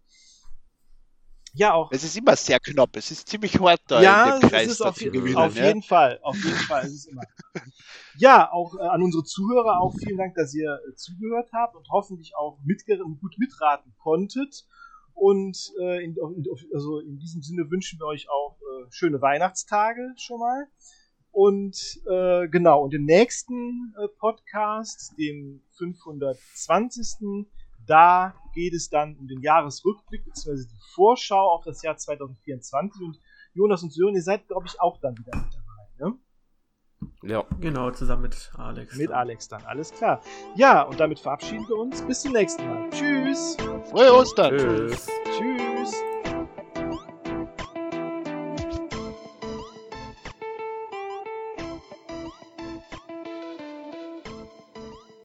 Ja, auch. Es ist immer sehr knapp, es ist ziemlich hart da in dem Kreis. Es ist auf jeden Fall, es ist immer. Ja, auch an unsere Zuhörer auch vielen Dank, dass ihr zugehört habt und hoffentlich auch gut mitraten konntet. Und in diesem Sinne wünschen wir euch auch schöne Weihnachtstage schon mal. Und genau, und im nächsten Podcast, dem 520. Da geht es dann um den Jahresrückblick bzw. die Vorschau auf das Jahr 2024. Und Jonas und Sören, ihr seid, glaube ich, auch dann wieder mit dabei, ne? Ja. Genau, zusammen mit Alex. Mit Alex dann, alles klar. Ja, und damit verabschieden wir uns. Bis zum nächsten Mal. Tschüss. Frohe Ostern. Tschüss.